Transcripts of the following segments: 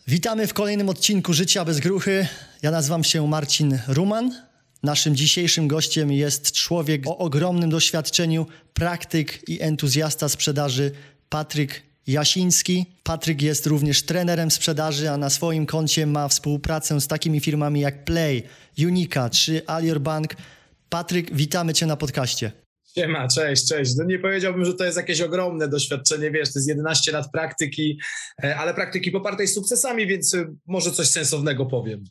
Witamy w kolejnym odcinku Życia bez gruchy. Ja nazywam się Marcin Ruman. Naszym dzisiejszym gościem jest człowiek o ogromnym doświadczeniu, praktyk i entuzjasta sprzedaży Patryk Jasiński. Patryk jest również trenerem sprzedaży, a na swoim koncie ma współpracę z takimi firmami jak Play, Unica czy Alior Bank. Patryk, witamy Cię na podcaście. Siema, cześć. No nie powiedziałbym, że to jest jakieś ogromne doświadczenie, wiesz, to jest 11 lat praktyki, ale praktyki popartej sukcesami, więc może coś sensownego powiem.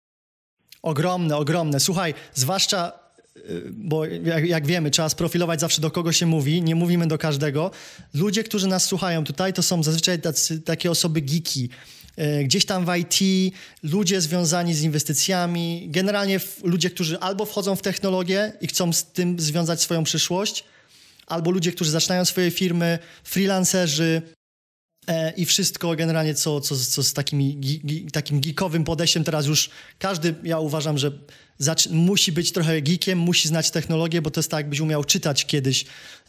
Ogromne. Słuchaj, zwłaszcza, bo jak wiemy, trzeba sprofilować zawsze, do kogo się mówi, nie mówimy do każdego. Ludzie, którzy nas słuchają tutaj, to są zazwyczaj takie osoby geeki, gdzieś tam w IT, ludzie związani z inwestycjami, generalnie ludzie, którzy albo wchodzą w technologię i chcą z tym związać swoją przyszłość, albo ludzie, którzy zaczynają swoje firmy, freelancerzy i wszystko generalnie, co z takim geekowym podejściem teraz już każdy, ja uważam, że musi być trochę geekiem, musi znać technologię, bo to jest tak, jakbyś umiał czytać kiedyś,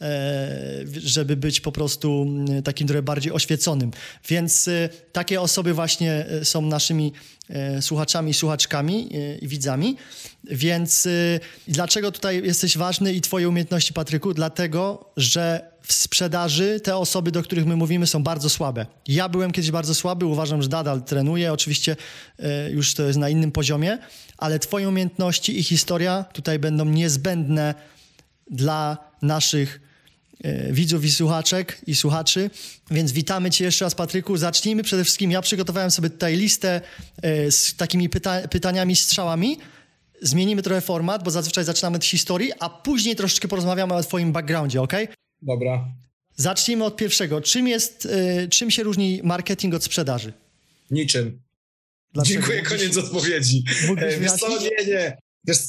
żeby być po prostu takim trochę bardziej oświeconym. Więc takie osoby właśnie są naszymi słuchaczami, słuchaczkami i widzami. Więc dlaczego tutaj jesteś ważny i twoje umiejętności, Patryku? Dlatego, że w sprzedaży te osoby, do których my mówimy, są bardzo słabe. Ja byłem kiedyś bardzo słaby, uważam, że nadal trenuję. Oczywiście już to jest na innym poziomie, ale twoje umiejętności i historia tutaj będą niezbędne dla naszych widzów i słuchaczek i słuchaczy. Więc witamy Cię jeszcze raz, Patryku. Zacznijmy przede wszystkim. Ja przygotowałem sobie tutaj listę z takimi pytaniami, strzałami. Zmienimy trochę format, bo zazwyczaj zaczynamy od historii, a później troszeczkę porozmawiamy o twoim backgroundzie, ok? Dobra. Zacznijmy od pierwszego. Czym się różni marketing od sprzedaży? Niczym. Dlaczego? Dziękuję, koniec odpowiedzi. Wiesz co, nie. Wiesz,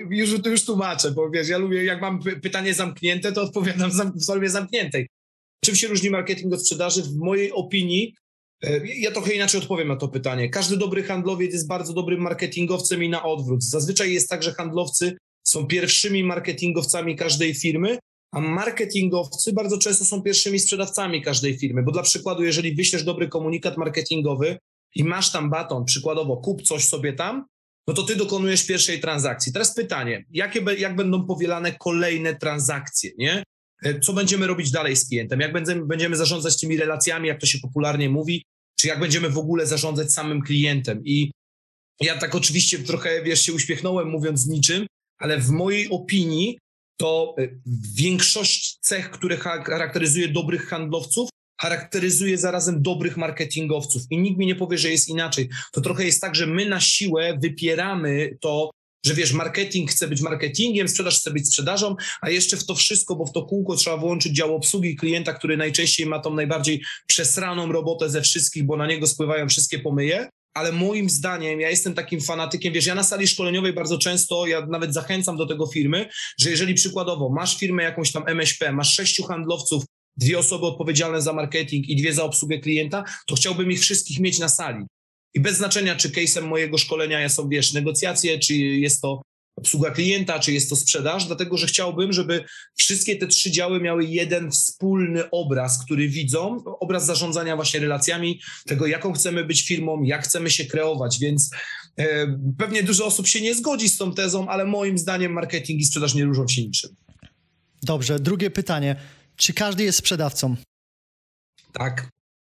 już tłumaczę, bo wiesz, ja lubię, jak mam pytanie zamknięte, to odpowiadam w formie zamkniętej. Czym się różni marketing od sprzedaży? W mojej opinii, ja trochę inaczej odpowiem na to pytanie. Każdy dobry handlowiec jest bardzo dobrym marketingowcem i na odwrót. Zazwyczaj jest tak, że handlowcy są pierwszymi marketingowcami każdej firmy, a marketingowcy bardzo często są pierwszymi sprzedawcami każdej firmy, bo dla przykładu, jeżeli wyślesz dobry komunikat marketingowy i masz tam baton, przykładowo kup coś sobie tam, no to ty dokonujesz pierwszej transakcji. Teraz pytanie, jak będą powielane kolejne transakcje, nie? Co będziemy robić dalej z klientem? Jak będziemy zarządzać tymi relacjami, jak to się popularnie mówi, czy jak będziemy w ogóle zarządzać samym klientem? I ja tak oczywiście trochę, wiesz, się uśmiechnąłem mówiąc niczym, ale w mojej opinii to większość cech, które charakteryzuje dobrych handlowców, charakteryzuje zarazem dobrych marketingowców i nikt mi nie powie, że jest inaczej. To trochę jest tak, że my na siłę wypieramy to, że wiesz, marketing chce być marketingiem, sprzedaż chce być sprzedażą, a jeszcze w to wszystko, bo w to kółko trzeba włączyć dział obsługi klienta, który najczęściej ma tą najbardziej przesraną robotę ze wszystkich, bo na niego spływają wszystkie pomyje. Ale moim zdaniem, ja jestem takim fanatykiem, wiesz, ja na sali szkoleniowej bardzo często, ja nawet zachęcam do tego firmy, że jeżeli przykładowo masz firmę jakąś tam MŚP, masz 6 handlowców, 2 osoby odpowiedzialne za marketing i 2 za obsługę klienta, to chciałbym ich wszystkich mieć na sali. I bez znaczenia, czy case'em mojego szkolenia są, wiesz, negocjacje, czy jest to obsługa klienta, czy jest to sprzedaż, dlatego, że chciałbym, żeby wszystkie te 3 działy miały jeden wspólny obraz, który widzą, obraz zarządzania właśnie relacjami, tego, jaką chcemy być firmą, jak chcemy się kreować, więc pewnie dużo osób się nie zgodzi z tą tezą, ale moim zdaniem marketing i sprzedaż nie różnią się niczym. Dobrze, drugie pytanie. Czy każdy jest sprzedawcą? Tak.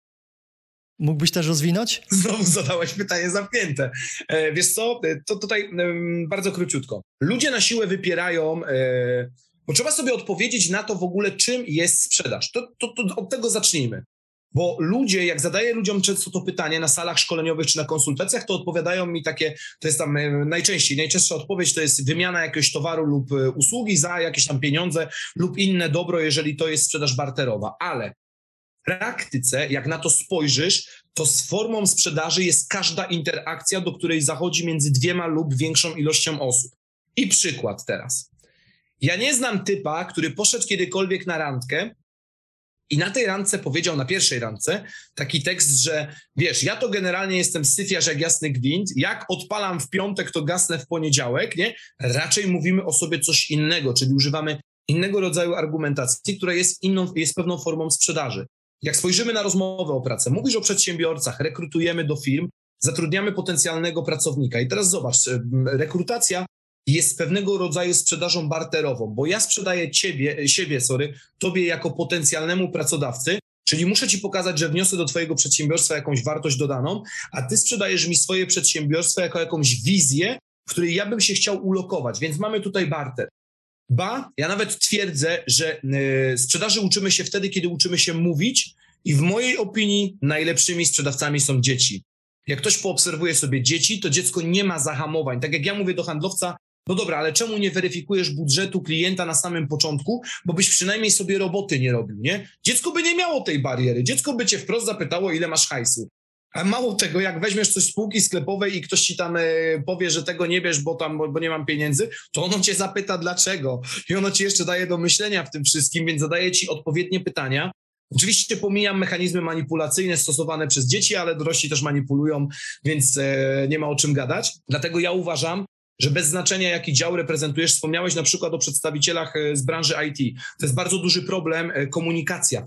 Mógłbyś też rozwinąć? Znowu zadałeś pytanie zamknięte. Wiesz co, to tutaj bardzo króciutko. Ludzie na siłę wypierają, bo trzeba sobie odpowiedzieć na to w ogóle, czym jest sprzedaż. To od tego zacznijmy. Bo ludzie, jak zadaję ludziom często to pytanie na salach szkoleniowych czy na konsultacjach, to odpowiadają mi takie, to jest tam najczęstsza odpowiedź to jest wymiana jakiegoś towaru lub usługi za jakieś tam pieniądze lub inne dobro, jeżeli to jest sprzedaż barterowa. Ale w praktyce, jak na to spojrzysz, to z formą sprzedaży jest każda interakcja, do której zachodzi między 2 lub większą ilością osób. I przykład teraz. Ja nie znam typa, który poszedł kiedykolwiek na randkę i na tej randce powiedział, na pierwszej randce, taki tekst, że wiesz, ja to generalnie jestem syfiarz jak jasny gwint, jak odpalam w piątek, to gasnę w poniedziałek, nie? Raczej mówimy o sobie coś innego, czyli używamy innego rodzaju argumentacji, która jest pewną formą sprzedaży. Jak spojrzymy na rozmowę o pracę, mówisz o przedsiębiorcach, rekrutujemy do firm, zatrudniamy potencjalnego pracownika i teraz zobacz, rekrutacja jest pewnego rodzaju sprzedażą barterową, bo ja sprzedaję siebie, tobie jako potencjalnemu pracodawcy, czyli muszę ci pokazać, że wniosę do twojego przedsiębiorstwa jakąś wartość dodaną, a ty sprzedajesz mi swoje przedsiębiorstwo jako jakąś wizję, w której ja bym się chciał ulokować, więc mamy tutaj barter. Ja nawet twierdzę, że sprzedaży uczymy się wtedy, kiedy uczymy się mówić i w mojej opinii najlepszymi sprzedawcami są dzieci. Jak ktoś poobserwuje sobie dzieci, to dziecko nie ma zahamowań. Tak jak ja mówię do handlowca, no dobra, ale czemu nie weryfikujesz budżetu klienta na samym początku, bo byś przynajmniej sobie roboty nie robił, nie? Dziecko by nie miało tej bariery. Dziecko by cię wprost zapytało, ile masz hajsu. A mało tego, jak weźmiesz coś z półki sklepowej i ktoś ci tam powie, że tego nie bierz, bo nie mam pieniędzy, to ono cię zapyta dlaczego. I ono ci jeszcze daje do myślenia w tym wszystkim, więc zadaje ci odpowiednie pytania. Oczywiście pomijam mechanizmy manipulacyjne stosowane przez dzieci, ale dorośli też manipulują, więc nie ma o czym gadać. Dlatego ja uważam, że bez znaczenia, jaki dział reprezentujesz, wspomniałeś na przykład o przedstawicielach z branży IT. To jest bardzo duży problem, komunikacja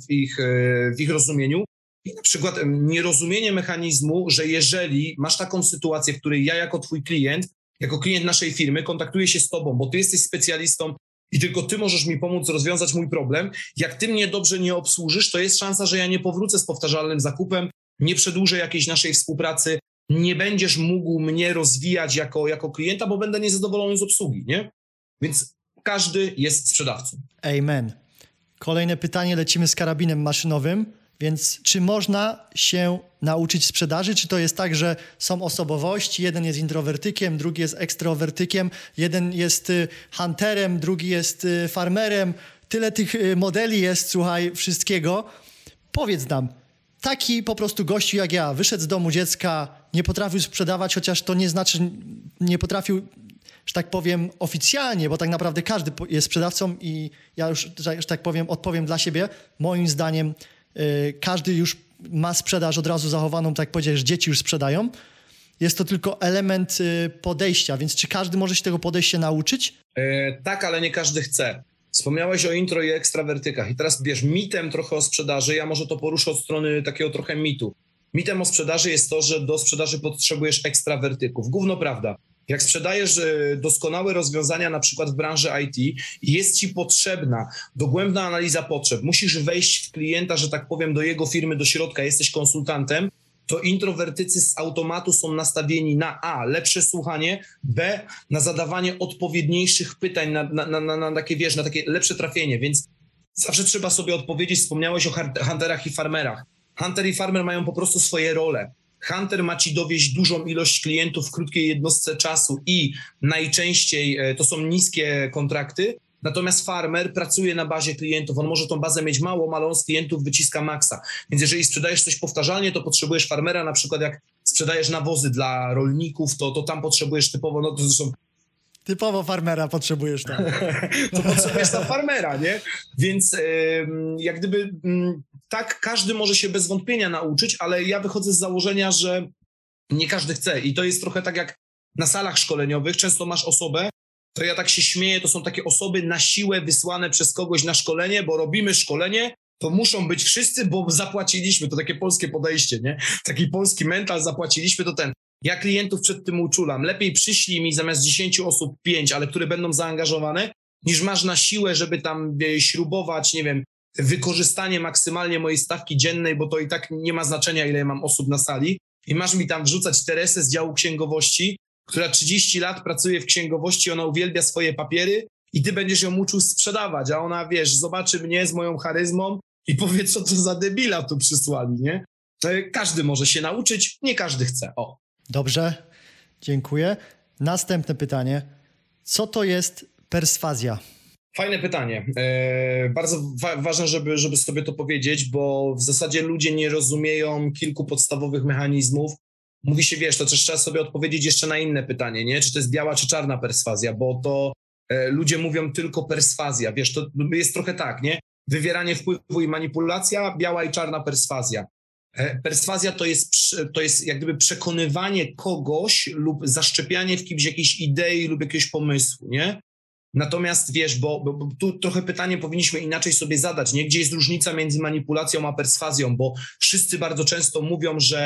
w ich rozumieniu. I na przykład nierozumienie mechanizmu, że jeżeli masz taką sytuację, w której ja jako twój klient, jako klient naszej firmy kontaktuję się z tobą, bo ty jesteś specjalistą i tylko ty możesz mi pomóc rozwiązać mój problem, jak ty mnie dobrze nie obsłużysz, to jest szansa, że ja nie powrócę z powtarzalnym zakupem, nie przedłużę jakiejś naszej współpracy, nie będziesz mógł mnie rozwijać jako klienta, bo będę niezadowolony z obsługi, nie? Więc każdy jest sprzedawcą. Amen. Kolejne pytanie, lecimy z karabinem maszynowym. Więc czy można się nauczyć sprzedaży? Czy to jest tak, że są osobowości, jeden jest introwertykiem, drugi jest ekstrawertykiem, jeden jest hunterem, drugi jest farmerem. Tyle tych modeli jest, słuchaj, wszystkiego. Powiedz nam, taki po prostu gościu jak ja, wyszedł z domu dziecka, nie potrafił sprzedawać, chociaż to nie znaczy, nie potrafił, że tak powiem, oficjalnie, bo tak naprawdę każdy jest sprzedawcą i ja już, że tak powiem, odpowiem dla siebie. Moim zdaniem każdy już ma sprzedaż od razu zachowaną, tak jak powiedziałeś, że dzieci już sprzedają. Jest to tylko element podejścia, więc czy każdy może się tego podejścia nauczyć? Tak, ale nie każdy chce. Wspomniałeś o intro i ekstrawertykach i teraz wiesz, mitem trochę o sprzedaży, ja może to poruszę od strony takiego trochę mitu. Mitem o sprzedaży jest to, że do sprzedaży potrzebujesz ekstrawertyków. Gówno prawda. Jak sprzedajesz doskonałe rozwiązania na przykład w branży IT i jest ci potrzebna dogłębna analiza potrzeb, musisz wejść w klienta, że tak powiem, do jego firmy, do środka, jesteś konsultantem, to introwertycy z automatu są nastawieni na A, lepsze słuchanie, B, na zadawanie odpowiedniejszych pytań, na takie, wiesz, na takie lepsze trafienie, więc zawsze trzeba sobie odpowiedzieć. Wspomniałeś o hunterach i farmerach. Hunter i farmer mają po prostu swoje role. Hunter ma ci dowieść dużą ilość klientów w krótkiej jednostce czasu i najczęściej to są niskie kontrakty, natomiast farmer pracuje na bazie klientów. On może tą bazę mieć małą, ale on z klientów wyciska maksa. Więc jeżeli sprzedajesz coś powtarzalnie, to potrzebujesz farmera, na przykład jak sprzedajesz nawozy dla rolników, to tam potrzebujesz typowo, no to zresztą typowo farmera potrzebujesz tam. To potrzebujesz tam farmera, nie? Więc jak gdyby tak, każdy może się bez wątpienia nauczyć, ale ja wychodzę z założenia, że nie każdy chce i to jest trochę tak jak na salach szkoleniowych, często masz osobę, to ja tak się śmieję, to są takie osoby na siłę wysłane przez kogoś na szkolenie, bo robimy szkolenie, to muszą być wszyscy, bo zapłaciliśmy, to takie polskie podejście, nie? Taki polski mental, zapłaciliśmy, to ten. Ja klientów przed tym uczulam. Lepiej przyślij mi zamiast 10 osób 5, ale które będą zaangażowane, niż masz na siłę, żeby tam śrubować, nie wiem, wykorzystanie maksymalnie mojej stawki dziennej, bo to i tak nie ma znaczenia, ile mam osób na sali. I masz mi tam wrzucać Teresę z działu księgowości, która 30 lat pracuje w księgowości, ona uwielbia swoje papiery i ty będziesz ją uczył sprzedawać, a ona, wiesz, zobaczy mnie z moją charyzmą i powie, co to za debila tu przysłali, nie? Każdy może się nauczyć, nie każdy chce. O. Dobrze, dziękuję. Następne pytanie. Co to jest perswazja? Fajne pytanie. Bardzo ważne, żeby sobie to powiedzieć, bo w zasadzie ludzie nie rozumieją kilku podstawowych mechanizmów. Mówi się, wiesz, to też trzeba sobie odpowiedzieć jeszcze na inne pytanie, nie? Czy to jest biała czy czarna perswazja, bo to ludzie mówią tylko perswazja, wiesz, to jest trochę tak, nie? Wywieranie wpływu i manipulacja, biała i czarna perswazja. Perswazja to jest jak gdyby przekonywanie kogoś lub zaszczepianie w kimś jakiejś idei lub jakiegoś pomysłu, nie? Natomiast wiesz, bo tu trochę pytanie powinniśmy inaczej sobie zadać, nie? Gdzie jest różnica między manipulacją a perswazją, bo wszyscy bardzo często mówią, że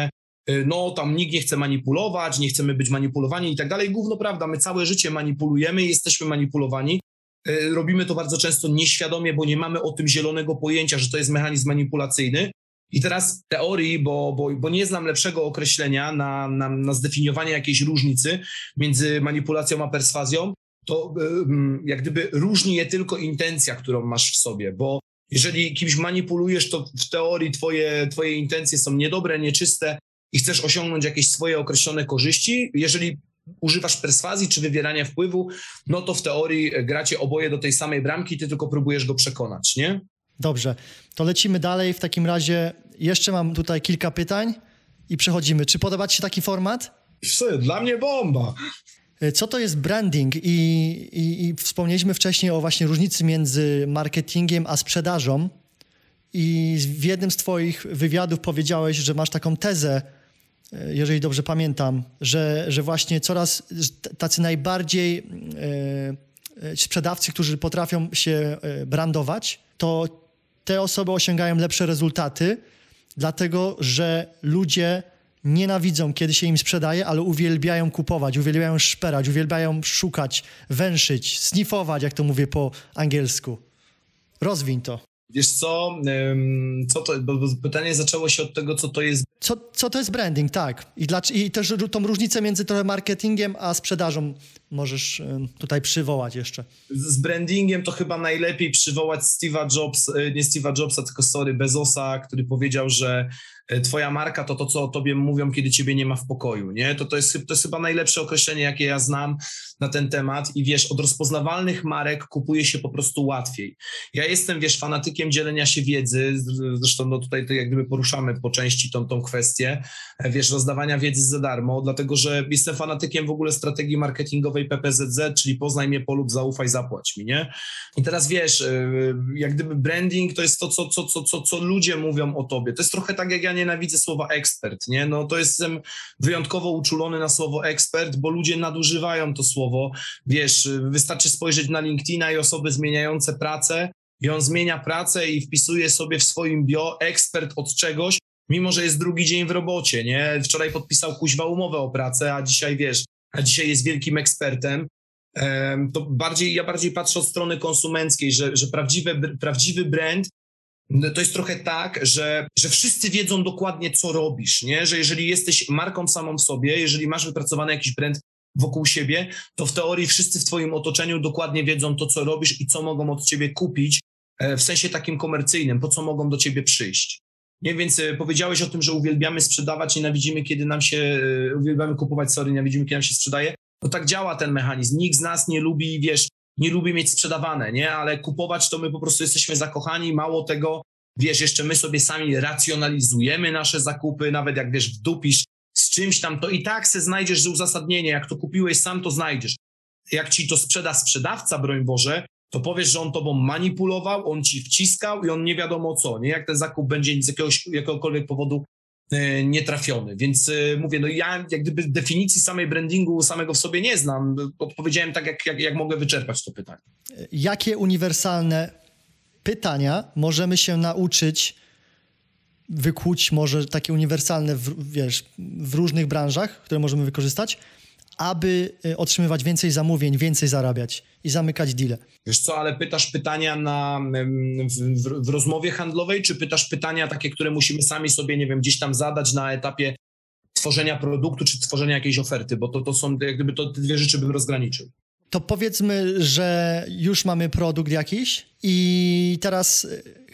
no tam nikt nie chce manipulować, nie chcemy być manipulowani i tak dalej. Gówno prawda, my całe życie manipulujemy i jesteśmy manipulowani. Robimy to bardzo często nieświadomie, bo nie mamy o tym zielonego pojęcia, że to jest mechanizm manipulacyjny. I teraz w teorii, bo nie znam lepszego określenia na zdefiniowanie jakiejś różnicy między manipulacją a perswazją, to jak gdyby różni je tylko intencja, którą masz w sobie, bo jeżeli kimś manipulujesz, to w teorii twoje intencje są niedobre, nieczyste i chcesz osiągnąć jakieś swoje określone korzyści. Jeżeli używasz perswazji czy wywierania wpływu, no to w teorii gracie oboje do tej samej bramki, ty tylko próbujesz go przekonać, nie? Dobrze, to lecimy dalej. W takim razie jeszcze mam tutaj kilka pytań i przechodzimy. Czy podoba ci się taki format? Dla mnie bomba! Co to jest branding? I wspomnieliśmy wcześniej o właśnie różnicy między marketingiem a sprzedażą. I w jednym z twoich wywiadów powiedziałeś, że masz taką tezę, jeżeli dobrze pamiętam, że właśnie coraz tacy najbardziej sprzedawcy, którzy potrafią się brandować, to te osoby osiągają lepsze rezultaty, dlatego że ludzie nienawidzą, kiedy się im sprzedaje, ale uwielbiają kupować, uwielbiają szperać, uwielbiają szukać, węszyć, sniffować, jak to mówię po angielsku. Rozwiń to. Wiesz co to, bo pytanie zaczęło się od tego, co to jest. Co to jest branding, tak. I też tą różnicę między trochę marketingiem a sprzedażą możesz tutaj przywołać jeszcze. Z brandingiem to chyba najlepiej przywołać nie Steve'a Jobsa, tylko Bezosa, który powiedział, że twoja marka to co o tobie mówią, kiedy ciebie nie ma w pokoju, nie? To jest chyba najlepsze określenie, jakie ja znam na ten temat i wiesz, od rozpoznawalnych marek kupuje się po prostu łatwiej. Ja jestem, wiesz, fanatykiem dzielenia się wiedzy, zresztą no tutaj to jak gdyby poruszamy po części tą kwestię, wiesz, rozdawania wiedzy za darmo, dlatego, że jestem fanatykiem w ogóle strategii marketingowej PPZZ, czyli poznaj mnie, polub, zaufaj, zapłać mi, nie? I teraz wiesz, jak gdyby branding to jest to, co ludzie mówią o tobie. To jest trochę tak, jak ja nienawidzę słowa ekspert, nie? No to jestem wyjątkowo uczulony na słowo ekspert, bo ludzie nadużywają to słowo. Wiesz, wystarczy spojrzeć na LinkedIna i osoby zmieniające pracę i on zmienia pracę i wpisuje sobie w swoim bio ekspert od czegoś, mimo że jest drugi dzień w robocie, nie? Wczoraj podpisał kuźwa umowę o pracę, a dzisiaj jest wielkim ekspertem. To ja bardziej patrzę od strony konsumenckiej, że prawdziwy brand to jest trochę tak, że wszyscy wiedzą dokładnie, co robisz, nie? Że jeżeli jesteś marką samą w sobie, jeżeli masz wypracowany jakiś brand wokół siebie, to w teorii wszyscy w twoim otoczeniu dokładnie wiedzą to, co robisz i co mogą od ciebie kupić, w sensie takim komercyjnym, po co mogą do ciebie przyjść. Nie, więc powiedziałeś o tym, że uwielbiamy sprzedawać, nienawidzimy, kiedy nam się, uwielbiamy kupować, nienawidzimy, kiedy nam się sprzedaje. No tak działa ten mechanizm. Nikt z nas nie lubi, wiesz, nie lubi mieć sprzedawane, nie? Ale kupować to my po prostu jesteśmy zakochani. Mało tego, wiesz, jeszcze my sobie sami racjonalizujemy nasze zakupy, nawet jak, wiesz, wdupisz z czymś tam, to i tak se znajdziesz, że uzasadnienie, jak to kupiłeś sam, to znajdziesz. Jak ci to sprzeda sprzedawca, broń Boże, to powiesz, że on tobą manipulował, on ci wciskał i on nie wiadomo co, nie? Jak ten zakup będzie z jakiegokolwiek powodu nietrafiony. Więc mówię, no ja jak gdyby definicji samej brandingu samego w sobie nie znam. Odpowiedziałem tak, jak mogę wyczerpać to pytanie. Jakie uniwersalne pytania możemy się nauczyć wykuć, może takie uniwersalne, w różnych branżach, które możemy wykorzystać, aby otrzymywać więcej zamówień, więcej zarabiać i zamykać deale? Wiesz co, ale pytasz pytania w rozmowie handlowej, czy pytasz pytania takie, które musimy sami sobie, nie wiem, gdzieś tam zadać na etapie tworzenia produktu, czy tworzenia jakiejś oferty, bo to są, jak gdyby te dwie rzeczy bym rozgraniczył. To powiedzmy, że już mamy produkt jakiś i teraz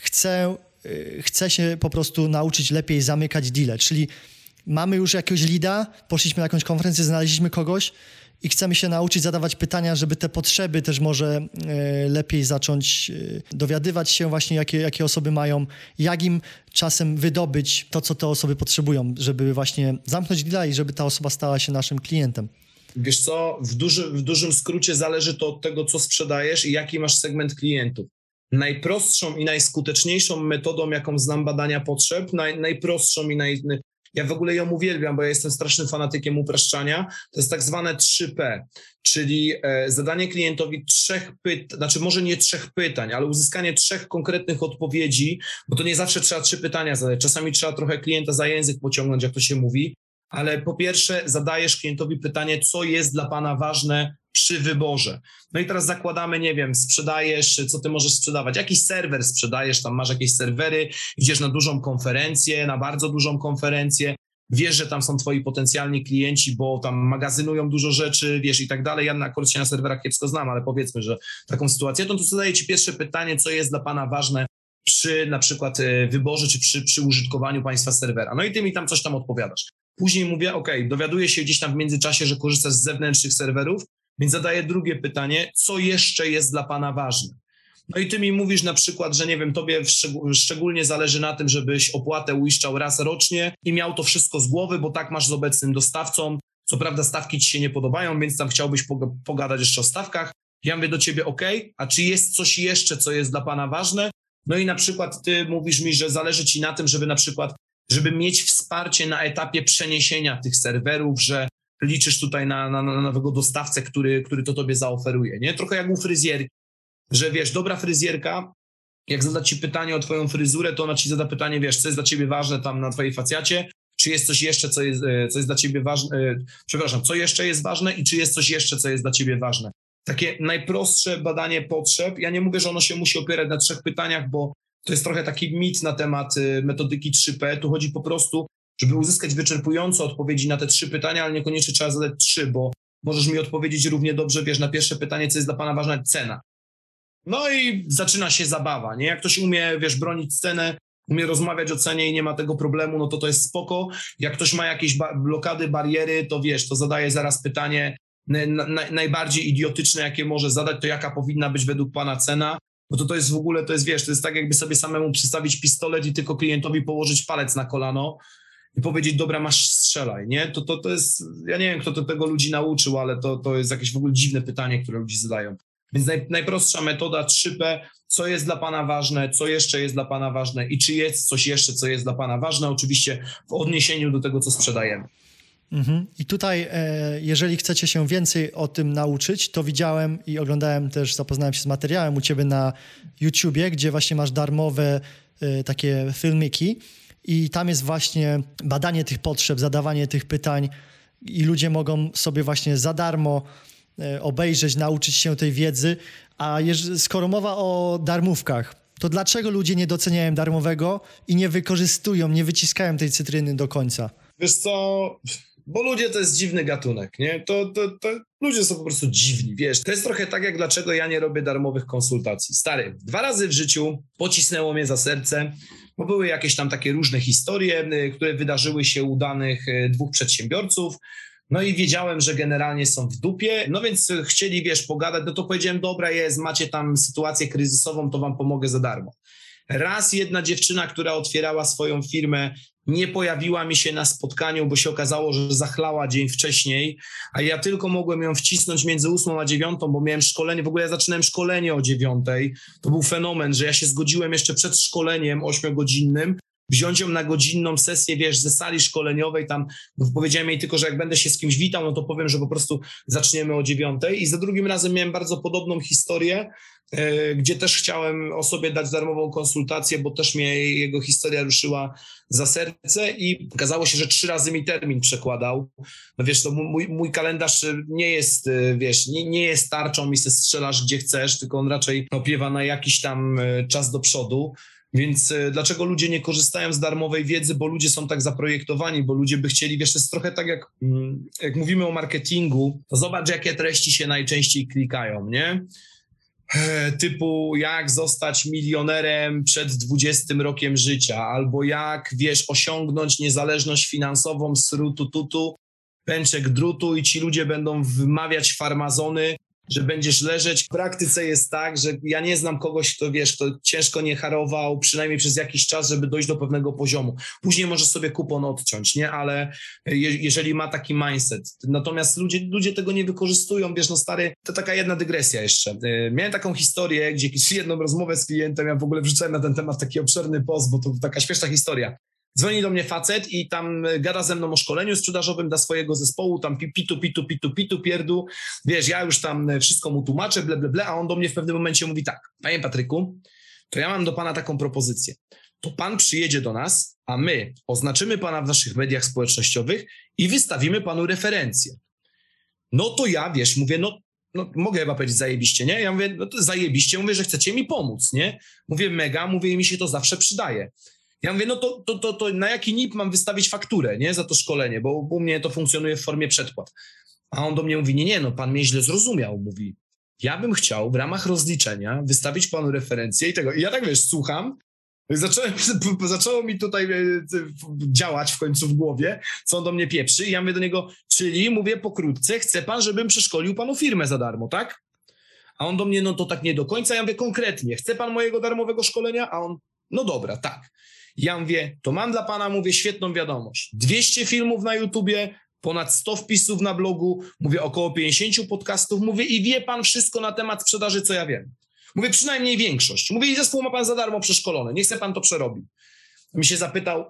chcę się po prostu nauczyć lepiej zamykać deale, czyli mamy już jakiegoś leada, poszliśmy na jakąś konferencję, znaleźliśmy kogoś i chcemy się nauczyć zadawać pytania, żeby te potrzeby też może lepiej zacząć dowiadywać się właśnie, jakie osoby mają, jak im czasem wydobyć to, co te osoby potrzebują, żeby właśnie zamknąć deala i żeby ta osoba stała się naszym klientem. Wiesz co, w dużym skrócie zależy to od tego, co sprzedajesz i jaki masz segment klientów. Najprostszą i najskuteczniejszą metodą, jaką znam badania potrzeb, najprostszą i ja w ogóle ją uwielbiam, bo ja jestem strasznym fanatykiem upraszczania, to jest tak zwane 3P, czyli zadanie klientowi 3 pytań, znaczy może nie 3 pytań, ale uzyskanie 3 konkretnych odpowiedzi, bo to nie zawsze trzeba 3 pytania zadać, czasami trzeba trochę klienta za język pociągnąć, jak to się mówi, ale po pierwsze zadajesz klientowi pytanie, co jest dla pana ważne przy wyborze. No i teraz zakładamy, nie wiem, sprzedajesz, co ty możesz sprzedawać? Jakiś serwer sprzedajesz, tam masz jakieś serwery, idziesz na dużą konferencję, na bardzo dużą konferencję, wiesz, że tam są twoi potencjalni klienci, bo tam magazynują dużo rzeczy, wiesz, i tak dalej. Ja akurat się na serwerach kiepsko znam, ale powiedzmy, że taką sytuację, to tu zadaję ci pierwsze pytanie, co jest dla pana ważne przy na przykład wyborze, czy przy użytkowaniu państwa serwera. No i ty mi tam coś tam odpowiadasz. Później mówię, dowiaduję się gdzieś tam w międzyczasie, że korzystasz z zewnętrznych serwerów, więc zadaję drugie pytanie, co jeszcze jest dla pana ważne? No i ty mi mówisz na przykład, że nie wiem, tobie szczególnie zależy na tym, żebyś opłatę uiszczał raz rocznie i miał to wszystko z głowy, bo tak masz z obecnym dostawcą. Co prawda stawki ci się nie podobają, więc tam chciałbyś pogadać jeszcze o stawkach. Ja mówię do ciebie, a czy jest coś jeszcze, co jest dla pana ważne? No i na przykład ty mówisz mi, że zależy ci na tym, żeby mieć wsparcie na etapie przeniesienia tych serwerów, że liczysz tutaj na nowego dostawcę, który to tobie zaoferuje, nie? Trochę jak u fryzjerki, że wiesz, dobra fryzjerka, jak zada ci pytanie o twoją fryzurę, to ona ci zada pytanie, wiesz, co jest dla ciebie ważne tam na twojej facjacie, czy jest coś jeszcze, co jest dla ciebie ważne, co jeszcze jest ważne i czy jest coś jeszcze, co jest dla ciebie ważne. Takie najprostsze badanie potrzeb, ja nie mówię, że ono się musi opierać na 3 pytaniach, bo to jest trochę taki mit na temat metodyki 3P, tu chodzi po prostu, żeby uzyskać wyczerpujące odpowiedzi na te 3 pytania, ale niekoniecznie trzeba zadać 3, bo możesz mi odpowiedzieć równie dobrze, wiesz, na pierwsze pytanie, co jest dla pana ważna, cena. No i zaczyna się zabawa, nie? Jak ktoś umie, wiesz, bronić cenę, umie rozmawiać o cenie i nie ma tego problemu, no to jest spoko. Jak ktoś ma jakieś blokady, bariery, to wiesz, to zadaje zaraz pytanie najbardziej idiotyczne, jakie może zadać, to jaka powinna być według pana cena, bo to jest w ogóle, to jest, wiesz, to jest tak, jakby sobie samemu przystawić pistolet i tylko klientowi położyć palec na kolano i powiedzieć, dobra, masz, strzelaj, nie? To jest, ja nie wiem, kto tego ludzi nauczył, ale to jest jakieś w ogóle dziwne pytanie, które ludzie zadają. Więc najprostsza metoda 3P, co jest dla pana ważne, co jeszcze jest dla pana ważne i czy jest coś jeszcze, co jest dla pana ważne, oczywiście w odniesieniu do tego, co sprzedajemy. I tutaj, jeżeli chcecie się więcej o tym nauczyć, to widziałem i oglądałem też, zapoznałem się z materiałem u ciebie na YouTubie, gdzie właśnie masz darmowe takie filmiki i tam jest właśnie badanie tych potrzeb, zadawanie tych pytań i ludzie mogą sobie właśnie za darmo obejrzeć, nauczyć się tej wiedzy, a skoro mowa o darmówkach, to dlaczego ludzie nie doceniają darmowego i nie wykorzystują, nie wyciskają tej cytryny do końca? Wiesz co, bo ludzie to jest dziwny gatunek, nie? To ludzie są po prostu dziwni, wiesz. To jest trochę tak, jak dlaczego ja nie robię darmowych konsultacji. Stary, 2 razy w życiu pocisnęło mnie za serce, bo były jakieś tam takie różne historie, które wydarzyły się u danych 2 przedsiębiorców. No i wiedziałem, że generalnie są w dupie, no więc chcieli, wiesz, pogadać, no to powiedziałem, dobra jest, macie tam sytuację kryzysową, to wam pomogę za darmo. Raz jedna dziewczyna, która otwierała swoją firmę, nie pojawiła mi się na spotkaniu, bo się okazało, że zachlała dzień wcześniej, a ja tylko mogłem ją wcisnąć między 8 a 9, bo miałem szkolenie, w ogóle ja zaczynałem szkolenie o 9. To był fenomen, że ja się zgodziłem jeszcze przed szkoleniem 8-godzinnym, wziąć ją na godzinną sesję, wiesz, ze sali szkoleniowej, tam powiedziałem jej tylko, że jak będę się z kimś witał, no to powiem, że po prostu zaczniemy o 9. I za drugim razem miałem bardzo podobną historię, gdzie też chciałem osobie dać darmową konsultację, bo też mnie jego historia ruszyła za serce i okazało się, że 3 razy mi termin przekładał. No wiesz, to mój kalendarz nie jest, wiesz, nie jest tarczą i se strzelasz gdzie chcesz, tylko on raczej opiewa na jakiś tam czas do przodu. Więc dlaczego ludzie nie korzystają z darmowej wiedzy? Bo ludzie są tak zaprojektowani, bo ludzie by chcieli, wiesz, to jest trochę tak jak mówimy o marketingu, to zobacz, jakie treści się najczęściej klikają, nie? Typu jak zostać milionerem przed 20 rokiem życia, albo jak, wiesz, osiągnąć niezależność finansową z rutu, pęczek drutu i ci ludzie będą wmawiać farmazony, że będziesz leżeć. W praktyce jest tak, że ja nie znam kogoś, kto, wiesz, kto ciężko nie harował, przynajmniej przez jakiś czas, żeby dojść do pewnego poziomu. Później może sobie kupon odciąć, nie? Ale jeżeli ma taki mindset. Natomiast ludzie tego nie wykorzystują, wiesz, no stary, to taka jedna dygresja jeszcze. Miałem taką historię, gdzie jedną rozmowę z klientem, ja w ogóle wrzucałem na ten temat taki obszerny post, bo to taka śmieszna historia. Dzwoni do mnie facet i tam gada ze mną o szkoleniu sprzedażowym dla swojego zespołu, tam pitu, pierdu. Wiesz, ja już tam wszystko mu tłumaczę, ble, a on do mnie w pewnym momencie mówi tak: panie Patryku, to ja mam do pana taką propozycję. to pan przyjedzie do nas, a my oznaczymy pana w naszych mediach społecznościowych i wystawimy panu referencję. No to ja, wiesz, mówię, no mogę chyba powiedzieć zajebiście, nie? Ja mówię, no to zajebiście, mówię, że chcecie mi pomóc, nie? Mówię, mega, mówię, i mi się to zawsze przydaje. Ja mówię, no to na jaki NIP mam wystawić fakturę, nie? Za to szkolenie, bo u mnie to funkcjonuje w formie przedpłat. A on do mnie mówi, nie, no pan mnie źle zrozumiał, mówi, ja bym chciał w ramach rozliczenia wystawić panu referencję i tego. I ja tak, wiesz, słucham, zaczęło mi tutaj działać w końcu w głowie, co on do mnie pieprzy i ja mówię do niego, czyli mówię pokrótce, chce pan, żebym przeszkolił panu firmę za darmo, tak? A on do mnie, no to tak nie do końca. Ja mówię konkretnie, chce pan mojego darmowego szkolenia? A on, no dobra, tak. Ja mówię, to mam dla pana, mówię, świetną wiadomość. 200 filmów na YouTubie, ponad 100 wpisów na blogu, mówię, około 50 podcastów, mówię, i wie pan wszystko na temat sprzedaży, co ja wiem. Mówię, przynajmniej większość. Mówię, i zespół ma pan za darmo przeszkolony, niech se pan to przerobi. Mi się zapytał,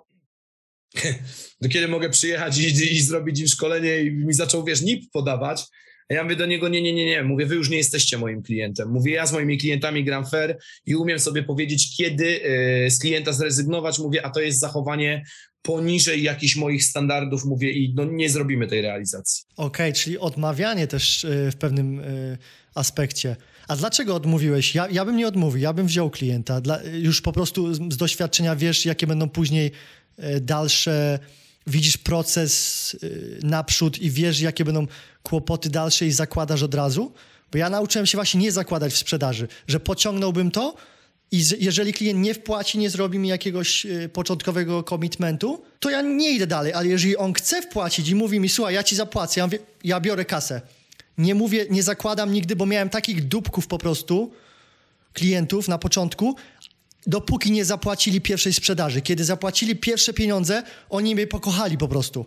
do kiedy mogę przyjechać i zrobić im szkolenie, i mi zaczął, wiesz, NIP podawać. A ja mówię do niego, nie, mówię, wy już nie jesteście moim klientem. Mówię, ja z moimi klientami gram fair i umiem sobie powiedzieć, kiedy z klienta zrezygnować. Mówię, a to jest zachowanie poniżej jakichś moich standardów, mówię, i no nie zrobimy tej realizacji. Okej, czyli odmawianie też w pewnym aspekcie. A dlaczego odmówiłeś? Ja bym nie odmówił, ja bym wziął klienta. Już po prostu z doświadczenia wiesz, jakie będą później dalsze, widzisz proces naprzód i wiesz, jakie będą kłopoty dalsze i zakładasz od razu? Bo ja nauczyłem się właśnie nie zakładać w sprzedaży, że pociągnąłbym to i jeżeli klient nie wpłaci, nie zrobi mi jakiegoś początkowego commitmentu, to ja nie idę dalej, ale jeżeli on chce wpłacić i mówi mi, słuchaj, ja ci zapłacę, ja mówię, ja biorę kasę. Nie mówię, nie zakładam nigdy, bo miałem takich dupków po prostu, klientów na początku, dopóki nie zapłacili pierwszej sprzedaży. Kiedy zapłacili pierwsze pieniądze, oni mnie pokochali po prostu.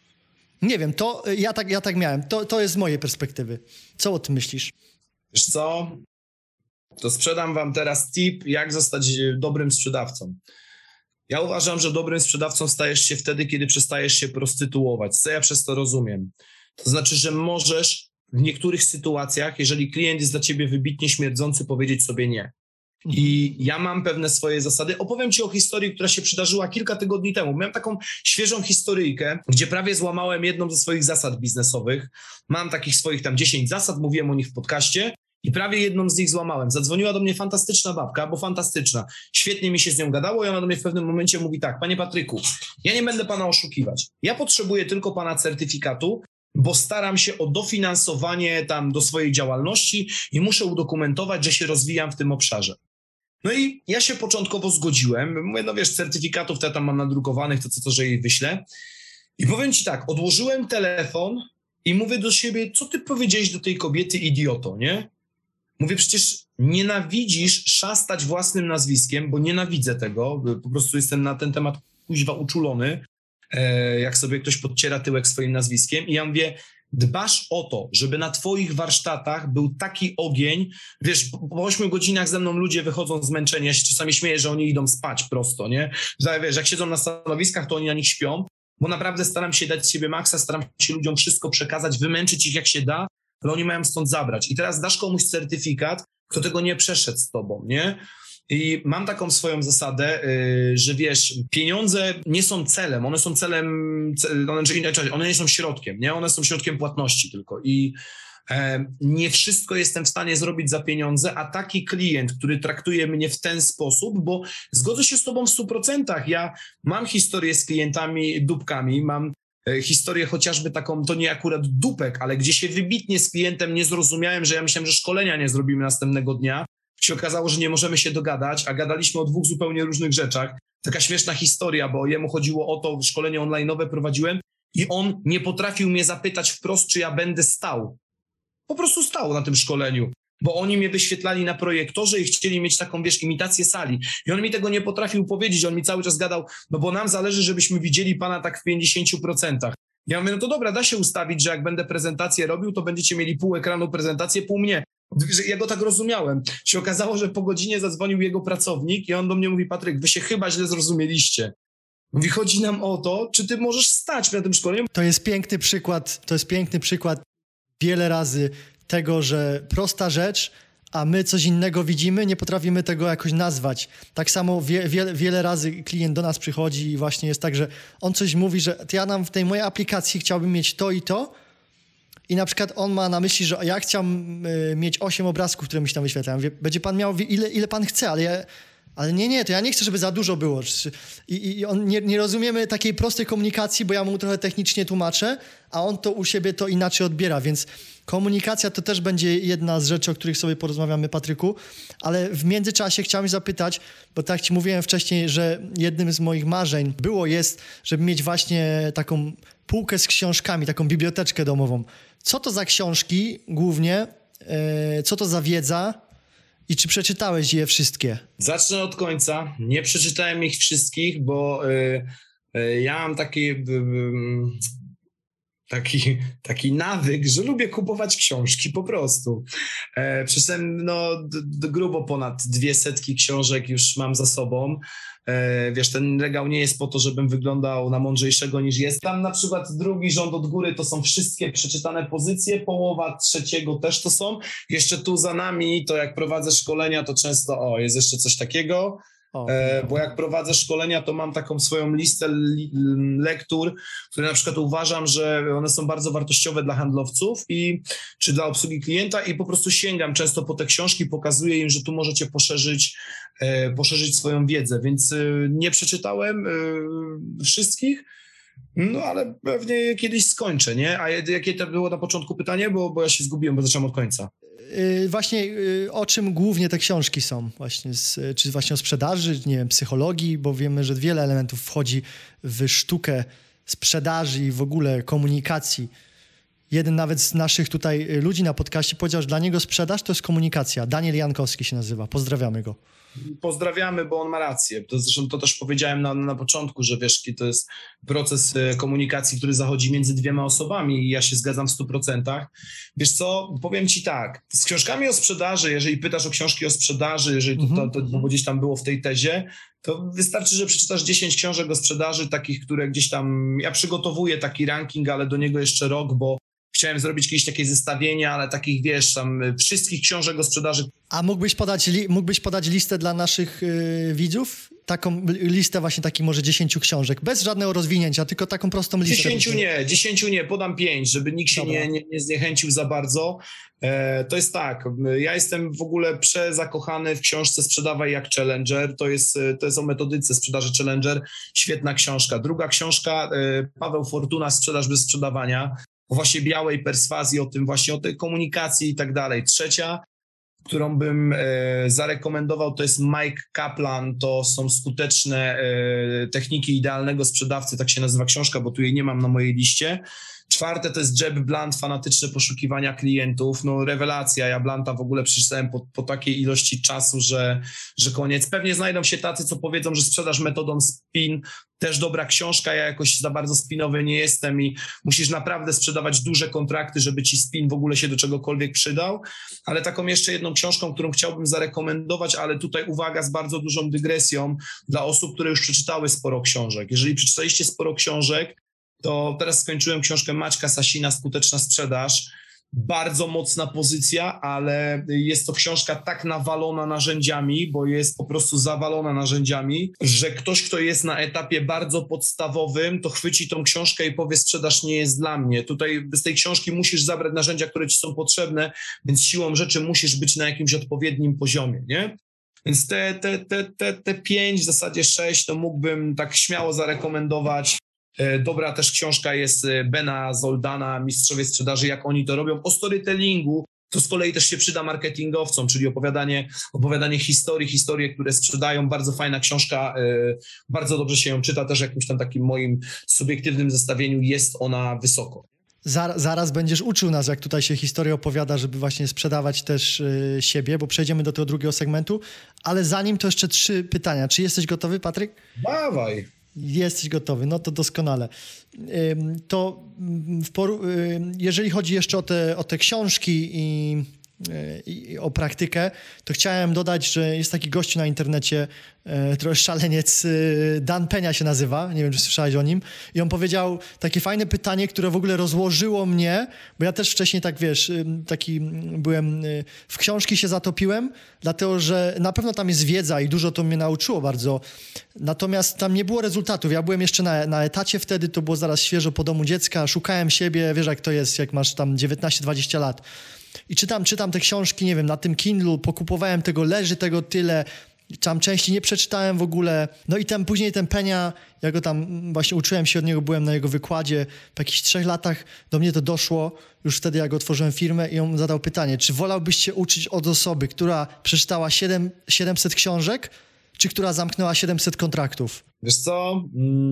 Nie wiem, to ja tak miałem. To jest z mojej perspektywy. Co o tym myślisz? Wiesz co? To sprzedam wam teraz tip, jak zostać dobrym sprzedawcą. Ja uważam, że dobrym sprzedawcą stajesz się wtedy, kiedy przestajesz się prostytuować. Co ja przez to rozumiem? To znaczy, że możesz w niektórych sytuacjach, jeżeli klient jest dla ciebie wybitnie śmierdzący, powiedzieć sobie nie. I ja mam pewne swoje zasady. Opowiem ci o historii, która się przydarzyła kilka tygodni temu. Miałem taką świeżą historyjkę, gdzie prawie złamałem jedną ze swoich zasad biznesowych. Mam takich swoich tam 10 zasad, mówiłem o nich w podcaście i prawie jedną z nich złamałem. Zadzwoniła do mnie fantastyczna babka, bo fantastyczna. Świetnie mi się z nią gadało i ona do mnie w pewnym momencie mówi tak, panie Patryku, ja nie będę pana oszukiwać. Ja potrzebuję tylko pana certyfikatu, bo staram się o dofinansowanie tam do swojej działalności i muszę udokumentować, że się rozwijam w tym obszarze. No i ja się początkowo zgodziłem. Mówię, no wiesz, certyfikatów to ja tam mam nadrukowanych, to że jej wyślę. I powiem ci tak, odłożyłem telefon i mówię do siebie, co ty powiedziałeś do tej kobiety, idioto, nie? Mówię, przecież nienawidzisz szastać własnym nazwiskiem, bo nienawidzę tego, po prostu jestem na ten temat kuźwa uczulony, jak sobie ktoś podciera tyłek swoim nazwiskiem i ja mówię, dbasz o to, żeby na twoich warsztatach był taki ogień, wiesz, po 8 godzinach ze mną ludzie wychodzą zmęczeni, ja się czasami śmieję, że oni idą spać prosto, nie? Że wiesz, jak siedzą na stanowiskach, to oni na nich śpią, bo naprawdę staram się dać z siebie maksa, staram się ludziom wszystko przekazać, wymęczyć ich jak się da, ale oni mają stąd zabrać. I teraz dasz komuś certyfikat, kto tego nie przeszedł z tobą, nie? I mam taką swoją zasadę, że wiesz, pieniądze nie są celem, one są one nie są środkiem, nie? One są środkiem płatności tylko i nie wszystko jestem w stanie zrobić za pieniądze, a taki klient, który traktuje mnie w ten sposób, bo zgodzę się z tobą w 100%, ja mam historię z klientami dupkami, mam historię chociażby taką, to nie akurat dupek, ale gdzie się wybitnie z klientem nie zrozumiałem, że ja myślałem, że szkolenia nie zrobimy następnego dnia, się okazało, że nie możemy się dogadać, a gadaliśmy o 2 zupełnie różnych rzeczach. Taka śmieszna historia, bo jemu chodziło o to, szkolenie online'owe prowadziłem i on nie potrafił mnie zapytać wprost, czy ja będę stał. Po prostu stał na tym szkoleniu, bo oni mnie wyświetlali na projektorze i chcieli mieć taką, wiesz, imitację sali. I on mi tego nie potrafił powiedzieć, on mi cały czas gadał, no bo nam zależy, żebyśmy widzieli pana tak w 50%. Ja mówię, no to dobra, da się ustawić, że jak będę prezentację robił, to będziecie mieli pół ekranu prezentację, pół mnie. Ja go tak rozumiałem. Się okazało, że po godzinie zadzwonił jego pracownik i on do mnie mówi, Patryk, wy się chyba źle zrozumieliście. Mówi, chodzi nam o to, czy ty możesz stać na tym szkoleniu. To jest piękny przykład wiele razy tego, że prosta rzecz, a my coś innego widzimy, nie potrafimy tego jakoś nazwać. Tak samo wiele razy klient do nas przychodzi i właśnie jest tak, że on coś mówi, że ja w tej mojej aplikacji chciałbym mieć to i to i na przykład on ma na myśli, że ja chciałbym mieć 8 obrazków, które mi się tam wyświetlają. Mówię, będzie pan miał ile pan chce, ale nie, to ja nie chcę, żeby za dużo było. I on nie rozumiemy takiej prostej komunikacji, bo ja mu trochę technicznie tłumaczę, a on to u siebie to inaczej odbiera, więc komunikacja to też będzie jedna z rzeczy, o których sobie porozmawiamy, Patryku, ale w międzyczasie chciałem zapytać, bo tak ci mówiłem wcześniej, że jednym z moich marzeń jest, żeby mieć właśnie taką półkę z książkami, taką biblioteczkę domową. Co to za książki głównie? Co to za wiedza? I czy przeczytałeś je wszystkie? Zacznę od końca. Nie przeczytałem ich wszystkich, bo ja mam taki nawyk, że lubię kupować książki po prostu. Przeczytałem grubo ponad 200 książek już mam za sobą. Wiesz, ten regał nie jest po to, żebym wyglądał na mądrzejszego niż jest. Tam na przykład drugi rząd od góry to są wszystkie przeczytane pozycje, połowa trzeciego też to są. Jeszcze tu za nami, to jak prowadzę szkolenia, to często jest jeszcze coś takiego. Bo jak prowadzę szkolenia, to mam taką swoją listę lektur, które na przykład uważam, że one są bardzo wartościowe dla handlowców czy dla obsługi klienta i po prostu sięgam często po te książki, pokazuję im, że tu możecie poszerzyć swoją wiedzę, więc nie przeczytałem wszystkich, no ale pewnie kiedyś skończę, nie? A jakie to było na początku pytanie, bo ja się zgubiłem, bo zacząłem od końca. Właśnie o czym głównie te książki są? Czy właśnie o sprzedaży, nie wiem, psychologii, bo wiemy, że wiele elementów wchodzi w sztukę sprzedaży i w ogóle komunikacji. Jeden nawet z naszych tutaj ludzi na podcaście powiedział, że dla niego sprzedaż to jest komunikacja. Daniel Jankowski się nazywa. Pozdrawiamy go. Pozdrawiamy, bo on ma rację. Zresztą to też powiedziałem na początku, że wiesz, to jest proces komunikacji, który zachodzi między dwiema osobami i ja się zgadzam w 100%. Wiesz co, powiem ci tak, z książkami o sprzedaży, jeżeli pytasz o książki o sprzedaży, jeżeli to gdzieś tam było w tej tezie, to wystarczy, że przeczytasz 10 książek o sprzedaży, takich, które gdzieś tam, ja przygotowuję taki ranking, ale do niego jeszcze rok, bo chciałem zrobić jakieś takie zestawienia, ale takich, wiesz, tam wszystkich książek o sprzedaży. A mógłbyś podać listę dla naszych widzów? Taką listę właśnie takich może 10 książek, bez żadnego rozwinięcia, tylko taką prostą listę. 10 nie, podam 5, żeby nikt się nie zniechęcił za bardzo. To jest tak, ja jestem w ogóle przezakochany w książce Sprzedawaj jak Challenger, to jest o metodyce sprzedaży Challenger, świetna książka. Druga książka, Paweł Fortuna, Sprzedaż bez sprzedawania, o właśnie białej perswazji, o tym właśnie, o tej komunikacji i tak dalej. Trzecia, którą bym zarekomendował, to jest Mike Kaplan, to są skuteczne techniki idealnego sprzedawcy, tak się nazywa książka, bo tu jej nie mam na mojej liście. Czwarte to jest Jeb Blunt, Fanatyczne poszukiwania klientów, no rewelacja, ja Blunta w ogóle przeczytałem po takiej ilości czasu, że koniec. Pewnie znajdą się tacy, co powiedzą, że sprzedaż metodą spin, też dobra książka, ja jakoś za bardzo spinowy nie jestem i musisz naprawdę sprzedawać duże kontrakty, żeby ci spin w ogóle się do czegokolwiek przydał, ale taką jeszcze jedną książką, którą chciałbym zarekomendować, ale tutaj uwaga, z bardzo dużą dygresją dla osób, które już przeczytały sporo książek. Jeżeli przeczytaliście sporo książek, to teraz skończyłem książkę Maćka Sasina, Skuteczna sprzedaż. Bardzo mocna pozycja, ale jest to książka tak nawalona narzędziami, bo jest po prostu zawalona narzędziami, że ktoś, kto jest na etapie bardzo podstawowym, to chwyci tą książkę i powie, sprzedaż nie jest dla mnie. Tutaj z tej książki musisz zabrać narzędzia, które ci są potrzebne, więc siłą rzeczy musisz być na jakimś odpowiednim poziomie, nie? Więc te 5, w zasadzie 6, to mógłbym tak śmiało zarekomendować. Dobra też książka jest Bena Zoldana, Mistrzowie Sprzedaży, jak oni to robią. O storytellingu, to z kolei też się przyda marketingowcom, czyli opowiadanie historie, które sprzedają. Bardzo fajna książka, bardzo dobrze się ją czyta, też jakimś tam takim moim subiektywnym zestawieniu jest ona wysoko. Zaraz będziesz uczył nas, jak tutaj się historia opowiada, żeby właśnie sprzedawać też siebie, bo przejdziemy do tego drugiego segmentu, ale zanim to jeszcze 3 pytania. Czy jesteś gotowy, Patryk? Dawaj. Jesteś gotowy, no to doskonale. To jeżeli chodzi jeszcze o te książki o praktykę, to chciałem dodać, że jest taki gościu na internecie, trochę szaleniec, Dan Penia się nazywa, nie wiem, czy słyszałeś o nim, i on powiedział takie fajne pytanie, które w ogóle rozłożyło mnie, bo ja też wcześniej tak, wiesz, taki byłem, w książki się zatopiłem, dlatego, że na pewno tam jest wiedza i dużo to mnie nauczyło bardzo, natomiast tam nie było rezultatów. Ja byłem jeszcze na etacie wtedy, to było zaraz świeżo po domu dziecka, szukałem siebie, wiesz jak to jest, jak masz tam 19-20 lat. I czytam te książki, nie wiem, na tym Kindlu, pokupowałem tego, leży tego tyle, tam części nie przeczytałem w ogóle. No i tam później ten Penia, ja go tam właśnie uczyłem się od niego, byłem na jego wykładzie po jakichś 3 latach, do mnie to doszło, już wtedy jak otworzyłem firmę i on zadał pytanie, czy wolałbyś się uczyć od osoby, która przeczytała 700 książek, czy która zamknęła 700 kontraktów? Wiesz co?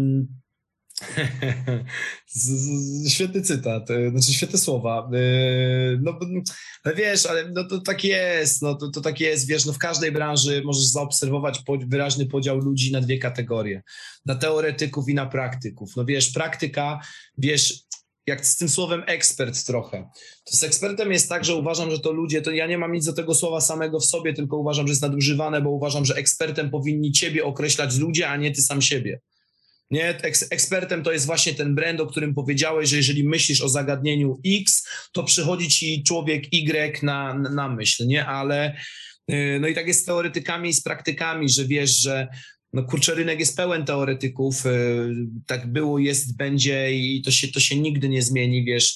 Świetny cytat, znaczy świetne słowa. No wiesz, ale no to tak jest, no to tak jest, wiesz, no w każdej branży możesz zaobserwować wyraźny podział ludzi na 2 kategorie, na teoretyków i na praktyków. No wiesz, praktyka, wiesz, jak z tym słowem ekspert trochę. To z ekspertem jest tak, że uważam, że to ludzie, to ja nie mam nic do tego słowa samego w sobie, tylko uważam, że jest nadużywane, bo uważam, że ekspertem powinni ciebie określać ludzie, a nie ty sam siebie. Nie, ekspertem to jest właśnie ten brand, o którym powiedziałeś, że jeżeli myślisz o zagadnieniu X, to przychodzi ci człowiek Y na myśl, nie? Ale no i tak jest z teoretykami i z praktykami, że wiesz, że no kurczę, rynek jest pełen teoretyków, tak było, jest, będzie i to się nigdy nie zmieni, wiesz,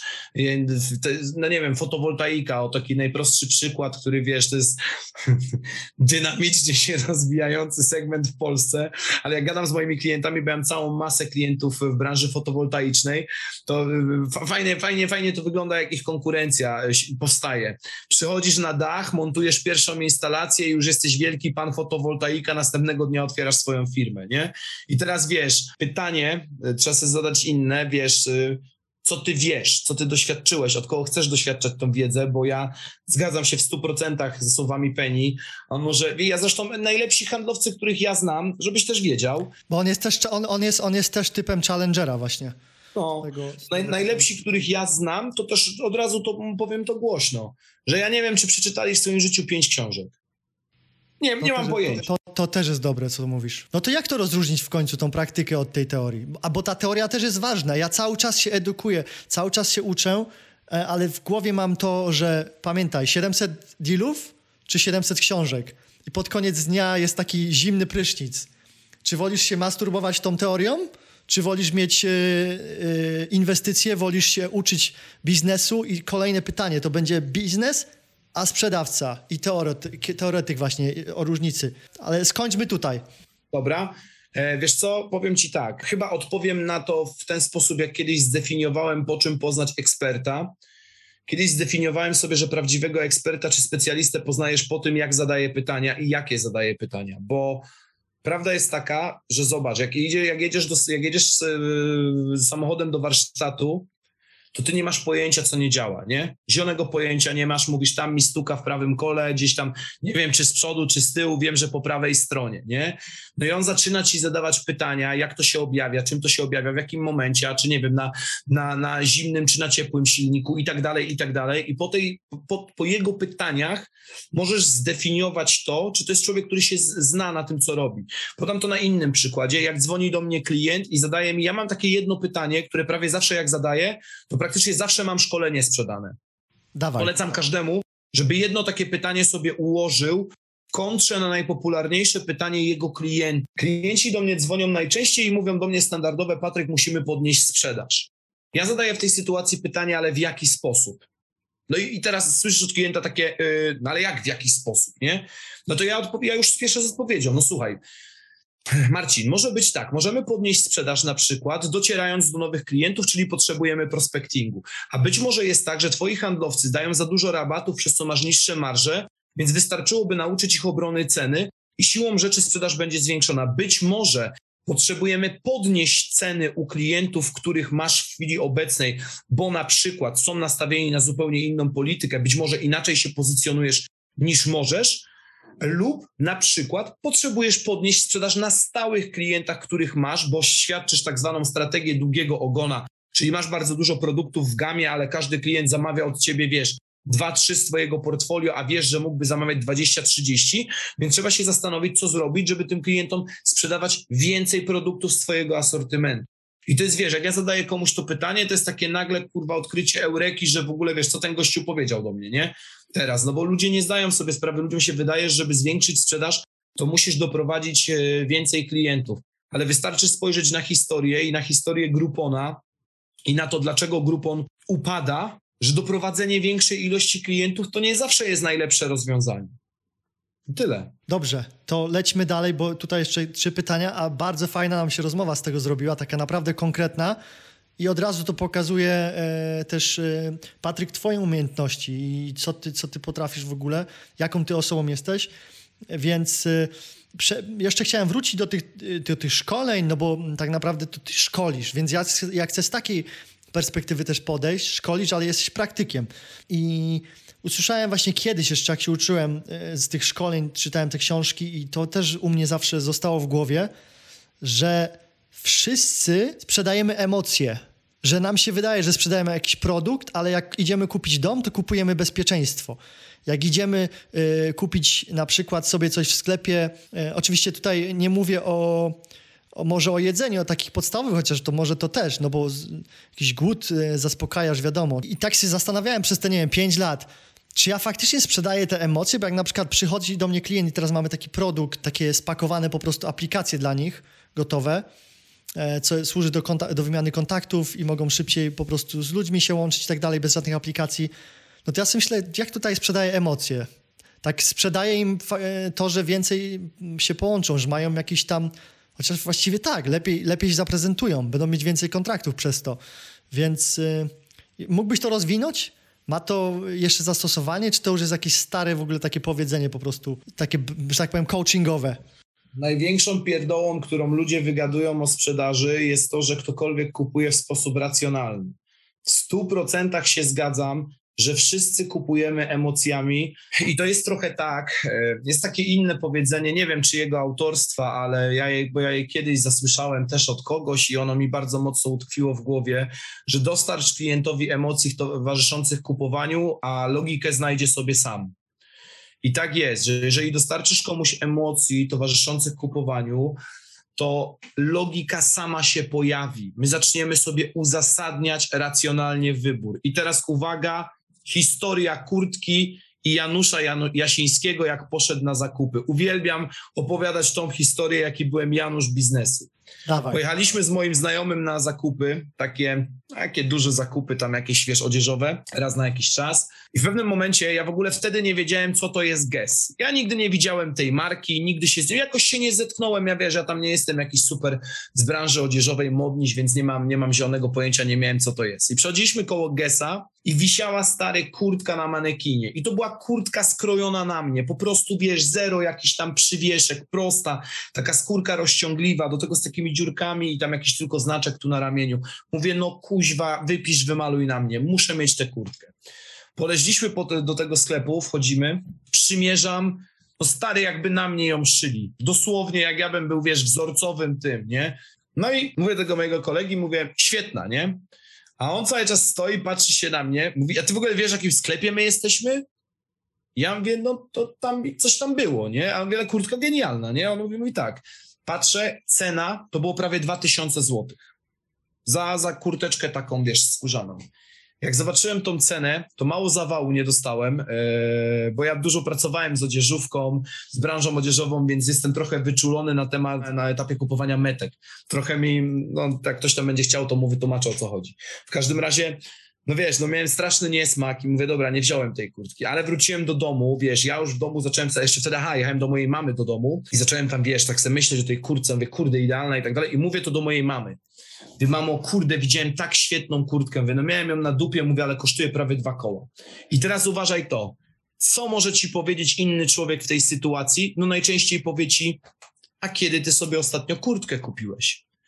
no nie wiem, fotowoltaika, o taki najprostszy przykład, który wiesz, to jest dynamicznie się rozwijający segment w Polsce, ale jak gadam z moimi klientami, bo ja mam całą masę klientów w branży fotowoltaicznej, to fajnie to wygląda, jak ich konkurencja powstaje. Przychodzisz na dach, montujesz pierwszą instalację i już jesteś wielki pan fotowoltaika, następnego dnia otwierasz swoją firmę, nie? I teraz wiesz, pytanie, trzeba sobie zadać inne, wiesz, co ty wiesz, co ty doświadczyłeś, od kogo chcesz doświadczać tą wiedzę, bo ja zgadzam się w 100% ze słowami Penny. On może, ja zresztą najlepsi handlowcy, których ja znam, żebyś też wiedział. Bo on jest też typem challengera właśnie. No, najlepsi, których ja znam, to też od razu to powiem to głośno, że ja nie wiem, czy przeczytali w swoim życiu 5 książek. Nie mam pojęcia. To też jest dobre, co mówisz. No to jak to rozróżnić w końcu, tą praktykę od tej teorii? Bo ta teoria też jest ważna. Ja cały czas się edukuję, cały czas się uczę, ale w głowie mam to, że pamiętaj, 700 dealów czy 700 książek? I pod koniec dnia jest taki zimny prysznic. Czy wolisz się masturbować tą teorią? Czy wolisz mieć inwestycje? Wolisz się uczyć biznesu? I kolejne pytanie, to będzie biznes, a sprzedawca i teoretyk właśnie o różnicy. Ale skończmy tutaj. Dobra. Wiesz co, powiem ci tak. Chyba odpowiem na to w ten sposób, jak kiedyś zdefiniowałem, po czym poznać eksperta. Kiedyś zdefiniowałem sobie, że prawdziwego eksperta czy specjalistę poznajesz po tym, jak zadaje pytania i jakie zadaje pytania. Bo prawda jest taka, że zobacz, jak jedziesz samochodem do warsztatu, to ty nie masz pojęcia, co nie działa, nie? Zielonego pojęcia nie masz, mówisz, tam mi stuka w prawym kole, gdzieś tam, nie wiem, czy z przodu, czy z tyłu, wiem, że po prawej stronie, nie? No i on zaczyna ci zadawać pytania, jak to się objawia, czym to się objawia, w jakim momencie, a czy nie wiem, na zimnym, czy na ciepłym silniku i tak dalej, i tak dalej. I po jego pytaniach możesz zdefiniować to, czy to jest człowiek, który się zna na tym, co robi. Podam to na innym przykładzie, jak dzwoni do mnie klient i zadaje mi, ja mam takie jedno pytanie, które prawie zawsze jak zadaję, to praktycznie zawsze mam szkolenie sprzedane. Dawaj. Polecam każdemu, żeby jedno takie pytanie sobie ułożył w kontrze na najpopularniejsze pytanie jego klientów. Klienci do mnie dzwonią najczęściej i mówią do mnie standardowe: Patryk, musimy podnieść sprzedaż. Ja zadaję w tej sytuacji pytanie, ale w jaki sposób? No i teraz słyszysz od klienta takie, no ale jak w jaki sposób, nie? No to ja już spieszę z odpowiedzią. No słuchaj, Marcin, może być tak, możemy podnieść sprzedaż na przykład docierając do nowych klientów, czyli potrzebujemy prospectingu. A być może jest tak, że twoi handlowcy dają za dużo rabatów, przez co masz niższe marże, więc wystarczyłoby nauczyć ich obrony ceny i siłą rzeczy sprzedaż będzie zwiększona. Być może potrzebujemy podnieść ceny u klientów, których masz w chwili obecnej, bo na przykład są nastawieni na zupełnie inną politykę, być może inaczej się pozycjonujesz niż możesz, lub na przykład potrzebujesz podnieść sprzedaż na stałych klientach, których masz, bo świadczysz tak zwaną strategię długiego ogona, czyli masz bardzo dużo produktów w gamie, ale każdy klient zamawia od ciebie, wiesz, 2-3 z twojego portfolio, a wiesz, że mógłby zamawiać 20-30, więc trzeba się zastanowić, co zrobić, żeby tym klientom sprzedawać więcej produktów z twojego asortymentu. I to jest, wiesz, jak ja zadaję komuś to pytanie, to jest takie nagle, kurwa, odkrycie eureki, że w ogóle, wiesz, co ten gościu powiedział do mnie, nie? Teraz, no bo ludzie nie zdają sobie sprawy, ludziom się wydaje, że żeby zwiększyć sprzedaż, to musisz doprowadzić więcej klientów. Ale wystarczy spojrzeć na historię i na historię Groupona i na to, dlaczego Groupon upada, że doprowadzenie większej ilości klientów to nie zawsze jest najlepsze rozwiązanie. Tyle. Dobrze, to lećmy dalej, bo tutaj jeszcze 3 pytania, a bardzo fajna nam się rozmowa z tego zrobiła, taka naprawdę konkretna i od razu to pokazuje też, Patryk, twoje umiejętności i co ty potrafisz w ogóle, jaką ty osobą jesteś, więc jeszcze chciałem wrócić do tych szkoleń, no bo tak naprawdę to ty szkolisz, więc ja chcę z takiej perspektywy też podejść, szkolisz, ale jesteś praktykiem i usłyszałem właśnie kiedyś jeszcze, jak się uczyłem z tych szkoleń, czytałem te książki i to też u mnie zawsze zostało w głowie, że wszyscy sprzedajemy emocje, że nam się wydaje, że sprzedajemy jakiś produkt, ale jak idziemy kupić dom, to kupujemy bezpieczeństwo. Jak idziemy kupić na przykład sobie coś w sklepie, oczywiście tutaj nie mówię może o jedzeniu, o takich podstawowych, chociaż to może to też, no bo jakiś głód zaspokajasz, wiadomo. I tak się zastanawiałem przez te, 5 lat, czy ja faktycznie sprzedaję te emocje, bo jak na przykład przychodzi do mnie klient i teraz mamy taki produkt, takie spakowane po prostu aplikacje dla nich, gotowe, co służy do wymiany kontaktów i mogą szybciej po prostu z ludźmi się łączyć i tak dalej, bez żadnych aplikacji, no to ja sobie myślę, jak tutaj sprzedaję emocje? Tak sprzedaję im to, że więcej się połączą, że mają jakiś tam, chociaż właściwie tak, lepiej się zaprezentują, będą mieć więcej kontraktów przez to. Więc mógłbyś to rozwinąć? Ma to jeszcze zastosowanie, czy to już jest jakieś stare w ogóle takie powiedzenie po prostu, takie, że tak powiem, coachingowe? Największą pierdołą, którą ludzie wygadują o sprzedaży, jest to, że ktokolwiek kupuje w sposób racjonalny. W 100% się zgadzam, że wszyscy kupujemy emocjami i to jest trochę tak, jest takie inne powiedzenie, nie wiem czy jego autorstwa, ale ja je kiedyś zasłyszałem też od kogoś i ono mi bardzo mocno utkwiło w głowie, że dostarcz klientowi emocji towarzyszących kupowaniu, a logikę znajdzie sobie sam. I tak jest, że jeżeli dostarczysz komuś emocji towarzyszących kupowaniu, to logika sama się pojawi. My zaczniemy sobie uzasadniać racjonalnie wybór. I teraz uwaga, historia kurtki i Janusza Jasińskiego, jak poszedł na zakupy. Uwielbiam opowiadać tą historię, jaki byłem Janusz biznesu. Dawaj. Pojechaliśmy z moim znajomym na zakupy, takie duże zakupy, tam jakieś, wiesz, odzieżowe, raz na jakiś czas. I w pewnym momencie ja w ogóle wtedy nie wiedziałem, co to jest Guess. Ja nigdy nie widziałem tej marki, nigdy się z nią, jakoś się nie zetknąłem. Ja wiesz, ja tam nie jestem jakiś super z branży odzieżowej modniś, więc nie mam zielonego pojęcia, nie miałem, co to jest. I przechodziliśmy koło Guessa i wisiała stary kurtka na manekinie. I to była kurtka skrojona na mnie, po prostu, wiesz, zero jakiś tam przywieszek, prosta, taka skórka rozciągliwa, do tego z takimi dziurkami i tam jakiś tylko znaczek tu na ramieniu. Mówię, no kuźwa, wypisz, wymaluj na mnie, muszę mieć tę kurtkę. Poleźliśmy do tego sklepu, wchodzimy, przymierzam, no stary, jakby na mnie ją szyli. Dosłownie, jak ja bym był, wiesz, wzorcowym tym, nie? No i mówię do tego mojego kolegi, mówię, świetna, nie? A on cały czas stoi, patrzy się na mnie, mówi, a ty w ogóle wiesz, w jakim sklepie my jesteśmy? Ja mówię, no to tam coś tam było, nie? A on mówi, kurtka genialna, nie? On mówi tak, patrzę, cena to było prawie 2000 złotych. Za kurteczkę taką, wiesz, skórzaną. Jak zobaczyłem tą cenę, to mało zawału nie dostałem, bo ja dużo pracowałem z odzieżówką, z branżą odzieżową, więc jestem trochę wyczulony na etapie kupowania metek. Trochę mi, no jak ktoś tam będzie chciał, to mu wytłumaczę, o co chodzi. W każdym razie, no wiesz, no miałem straszny niesmak i mówię, dobra, nie wziąłem tej kurtki, ale wróciłem do domu, wiesz, ja już w domu zacząłem, jeszcze wtedy, jechałem do mojej mamy do domu i zacząłem tam, wiesz, tak sobie myśleć o tej kurtce, mówię, kurde, idealna i tak dalej i mówię to do mojej mamy. Ty, mamo, kurde, widziałem tak świetną kurtkę, mówię, no miałem ją na dupie, mówię, ale kosztuje prawie 2 koła. I teraz uważaj to, co może ci powiedzieć inny człowiek w tej sytuacji? No najczęściej powie ci, a kiedy ty sobie ostatnio kurtkę kupiłeś?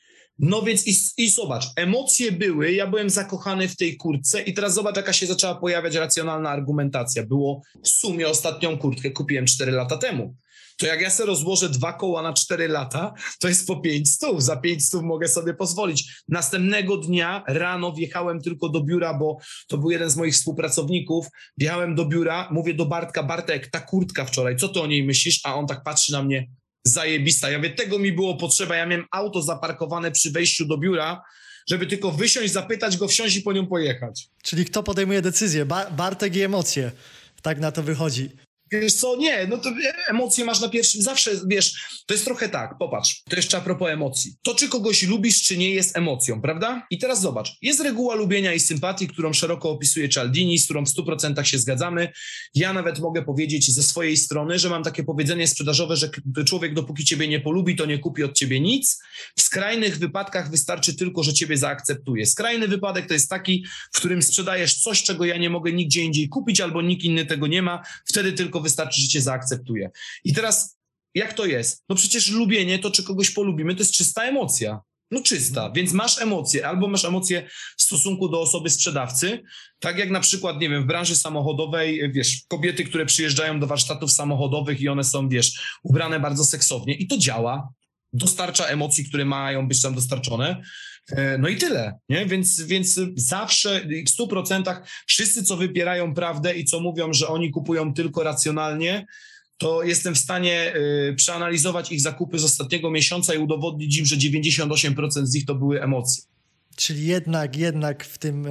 No więc i zobacz, emocje były, ja byłem zakochany w tej kurtce i teraz zobacz, jaka się zaczęła pojawiać racjonalna argumentacja. Było w sumie ostatnią kurtkę kupiłem 4 lata temu. To jak ja sobie rozłożę 2 koła na 4 lata, to jest po 500. Za 500 mogę sobie pozwolić. Następnego dnia rano wjechałem tylko do biura, bo to był jeden z moich współpracowników. Wjechałem do biura, mówię do Bartka, Bartek, ta kurtka wczoraj, co ty o niej myślisz? A on tak patrzy na mnie, zajebista. Ja mówię, tego mi było potrzeba. Ja miałem auto zaparkowane przy wejściu do biura, żeby tylko wysiąść, zapytać go, wsiąść i po nią pojechać. Czyli kto podejmuje decyzję? Bartek i emocje. Tak na to wychodzi. Wiesz co, nie, no to emocje masz na pierwszym, zawsze, wiesz, to jest trochę tak, popatrz, to jeszcze a propos emocji. To, czy kogoś lubisz, czy nie, jest emocją, prawda? I teraz zobacz, jest reguła lubienia i sympatii, którą szeroko opisuje Cialdini, z którą w 100% się zgadzamy. Ja nawet mogę powiedzieć ze swojej strony, że mam takie powiedzenie sprzedażowe, że człowiek dopóki ciebie nie polubi, to nie kupi od ciebie nic. W skrajnych wypadkach wystarczy tylko, że ciebie zaakceptuje. Skrajny wypadek to jest taki, w którym sprzedajesz coś, czego ja nie mogę nigdzie indziej kupić, albo nikt inny tego nie ma, wtedy tylko wystarczy, że cię zaakceptuje. I teraz jak to jest? No przecież lubienie, to czy kogoś polubimy, to jest czysta emocja. No czysta, więc masz emocje, albo masz emocje w stosunku do osoby sprzedawcy, tak jak na przykład, nie wiem, w branży samochodowej, wiesz, kobiety, które przyjeżdżają do warsztatów samochodowych i one są, wiesz, ubrane bardzo seksownie i to działa, dostarcza emocji, które mają być tam dostarczone. No i tyle, nie? Więc zawsze w 100% wszyscy, co wypierają prawdę i co mówią, że oni kupują tylko racjonalnie, to jestem w stanie przeanalizować ich zakupy z ostatniego miesiąca i udowodnić im, że 98% z nich to były emocje. Czyli jednak w tym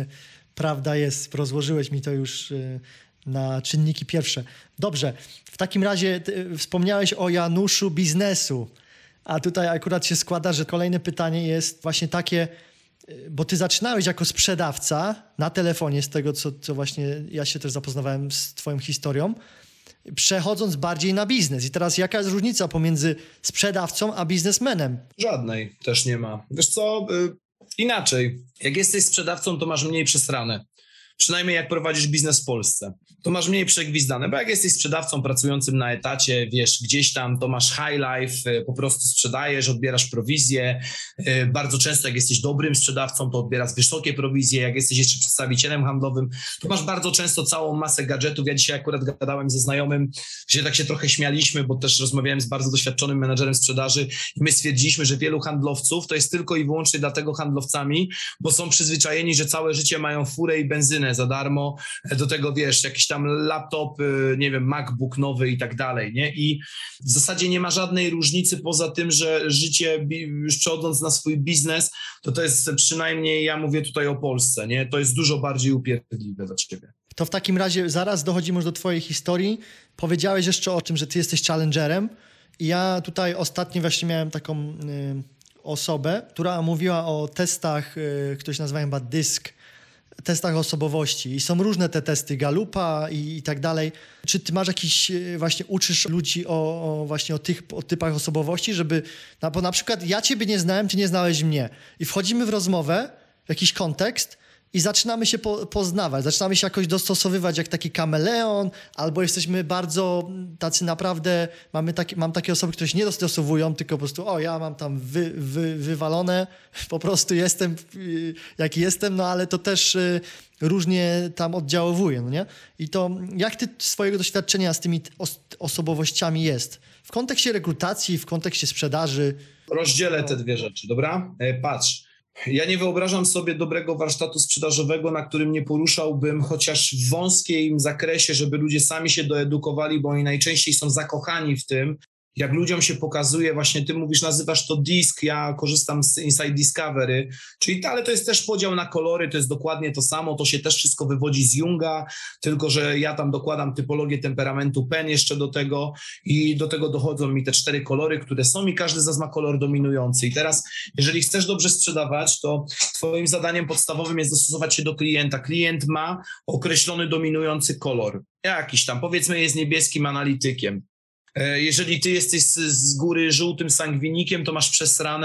prawda jest. Rozłożyłeś mi to już na czynniki pierwsze. Dobrze, w takim razie wspomniałeś o Januszu biznesu. A tutaj akurat się składa, że kolejne pytanie jest właśnie takie, bo ty zaczynałeś jako sprzedawca na telefonie, z tego co właśnie ja się też zapoznawałem z twoją historią, przechodząc bardziej na biznes. I teraz jaka jest różnica pomiędzy sprzedawcą a biznesmenem? Żadnej też nie ma. Wiesz co, inaczej. Jak jesteś sprzedawcą, to masz mniej przesrane. Przynajmniej jak prowadzisz biznes w Polsce, to masz mniej przegwizdane, bo jak jesteś sprzedawcą pracującym na etacie, wiesz, gdzieś tam to masz high life, po prostu sprzedajesz, odbierasz prowizję. Bardzo często jak jesteś dobrym sprzedawcą, to odbierasz wysokie prowizje. Jak jesteś jeszcze przedstawicielem handlowym, to masz bardzo często całą masę gadżetów. Ja dzisiaj akurat gadałem ze znajomym, gdzie tak się trochę śmialiśmy, bo też rozmawiałem z bardzo doświadczonym menedżerem sprzedaży i my stwierdziliśmy, że wielu handlowców to jest tylko i wyłącznie dlatego handlowcami, bo są przyzwyczajeni, że całe życie mają furę i benzynę za darmo, do tego wiesz, jakiś tam laptop, nie wiem, MacBook nowy i tak dalej, nie? I w zasadzie nie ma żadnej różnicy poza tym, że życie, już przechodząc na swój biznes, to jest przynajmniej, ja mówię tutaj o Polsce, nie? To jest dużo bardziej upierdliwe dla ciebie. To w takim razie zaraz dochodzimy już do twojej historii. Powiedziałeś jeszcze o tym, że ty jesteś challengerem i ja tutaj ostatnio właśnie miałem taką osobę, która mówiła o testach, które się nazywają chyba DISC, testach osobowości i są różne te testy Gallupa i tak dalej. Czy ty masz jakiś, właśnie uczysz ludzi właśnie o typach osobowości, żeby, bo na przykład ja ciebie nie znałem, ty nie znałeś mnie i wchodzimy w rozmowę, w jakiś kontekst i zaczynamy się poznawać, zaczynamy się jakoś dostosowywać jak taki kameleon, albo jesteśmy bardzo tacy naprawdę, mam takie osoby, które się nie dostosowują, tylko po prostu ja mam tam wywalone, po prostu jestem jaki jestem, no ale to też różnie tam oddziaływuje, no nie? I to jak ty swojego doświadczenia z tymi osobowościami jest? W kontekście rekrutacji, w kontekście sprzedaży? Rozdzielę te dwie rzeczy, dobra? Patrz. Ja nie wyobrażam sobie dobrego warsztatu sprzedażowego, na którym nie poruszałbym chociaż w wąskim zakresie, żeby ludzie sami się doedukowali, bo oni najczęściej są zakochani w tym, jak ludziom się pokazuje, właśnie ty mówisz, nazywasz to DISC, ja korzystam z Inside Discovery, czyli ale to jest też podział na kolory, to jest dokładnie to samo, to się też wszystko wywodzi z Junga, tylko że ja tam dokładam typologię temperamentu PEN jeszcze do tego i do tego dochodzą mi te 4 kolory, które są i każdy z nas ma kolor dominujący. I teraz, jeżeli chcesz dobrze sprzedawać, to twoim zadaniem podstawowym jest dostosować się do klienta. Klient ma określony dominujący kolor, jakiś tam, powiedzmy jest niebieskim analitykiem. Jeżeli ty jesteś z góry żółtym sangwinikiem, to masz przesrane,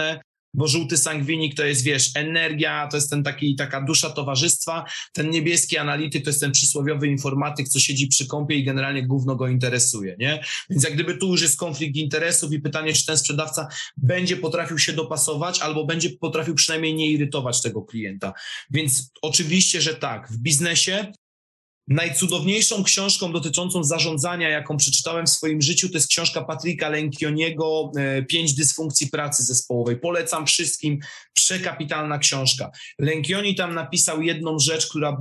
bo żółty sangwinik to jest, wiesz, energia, to jest taka dusza towarzystwa, ten niebieski analityk to jest ten przysłowiowy informatyk, co siedzi przy kąpie i generalnie gówno go interesuje, nie? Więc jak gdyby tu już jest konflikt interesów i pytanie, czy ten sprzedawca będzie potrafił się dopasować albo będzie potrafił przynajmniej nie irytować tego klienta. Więc oczywiście, że tak, w biznesie najcudowniejszą książką dotyczącą zarządzania, jaką przeczytałem w swoim życiu, to jest książka Patricka Lencioniego 5 dysfunkcji pracy zespołowej. Polecam wszystkim, przekapitalna książka. Lencioni tam napisał jedną rzecz, która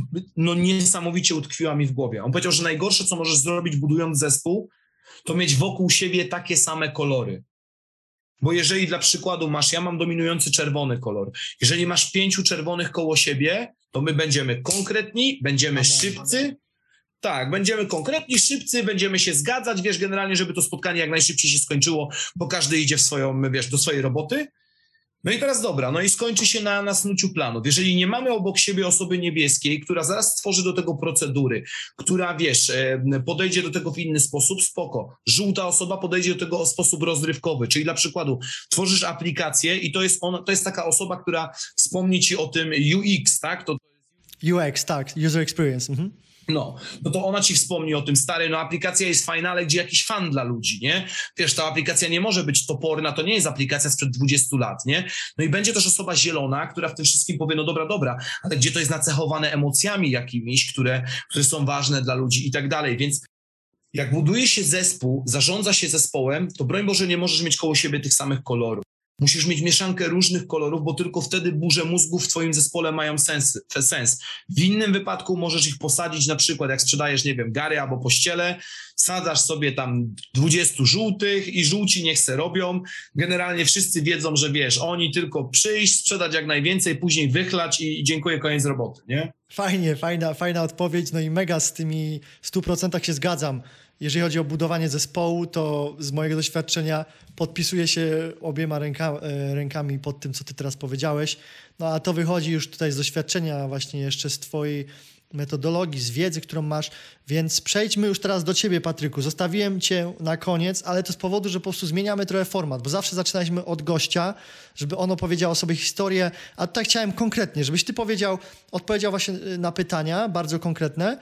niesamowicie utkwiła mi w głowie. On powiedział, że najgorsze, co możesz zrobić budując zespół, to mieć wokół siebie takie same kolory. Bo jeżeli dla przykładu ja mam dominujący czerwony kolor, jeżeli masz 5 czerwonych koło siebie, to my będziemy konkretni, będziemy szybcy. Tak, będziemy konkretni, szybcy, będziemy się zgadzać, wiesz, generalnie, żeby to spotkanie jak najszybciej się skończyło, bo każdy idzie do swojej roboty. No i teraz dobra, no i skończy się na snuciu planów. Jeżeli nie mamy obok siebie osoby niebieskiej, która zaraz stworzy do tego procedury, która, wiesz, podejdzie do tego w inny sposób, spoko. Żółta osoba podejdzie do tego w sposób rozrywkowy, czyli dla przykładu tworzysz aplikację i to jest taka osoba, która wspomni ci o tym UX, tak? UX, tak, User Experience. Mhm. No to ona ci wspomni o tym, stary, aplikacja jest fajna, ale gdzie jakiś fan dla ludzi, nie? Wiesz, ta aplikacja nie może być toporna, to nie jest aplikacja sprzed 20 lat, nie? No i będzie też osoba zielona, która w tym wszystkim powie, no dobra, ale gdzie to jest nacechowane emocjami jakimiś, które są ważne dla ludzi i tak dalej, więc jak buduje się zespół, zarządza się zespołem, to broń Boże nie możesz mieć koło siebie tych samych kolorów. Musisz mieć mieszankę różnych kolorów, bo tylko wtedy burze mózgów w twoim zespole mają sens. W innym wypadku możesz ich posadzić, na przykład jak sprzedajesz, nie wiem, gary albo pościele, sadzasz sobie tam 20 żółtych i żółci niech se robią. Generalnie wszyscy wiedzą, że wiesz, oni tylko przyjść, sprzedać jak najwięcej, później wychlać i dziękuję, koniec roboty, nie? Fajnie, fajna odpowiedź, no i mega z tymi 100% się zgadzam. Jeżeli chodzi o budowanie zespołu, to z mojego doświadczenia podpisuję się obiema rękami pod tym, co ty teraz powiedziałeś. No a to wychodzi już tutaj z doświadczenia właśnie jeszcze z twojej metodologii, z wiedzy, którą masz. Więc przejdźmy już teraz do ciebie, Patryku. Zostawiłem cię na koniec, ale to z powodu, że po prostu zmieniamy trochę format, bo zawsze zaczynaliśmy od gościa, żeby on opowiedział o sobie historię, a tutaj chciałem konkretnie, żebyś ty odpowiedział właśnie na pytania bardzo konkretne.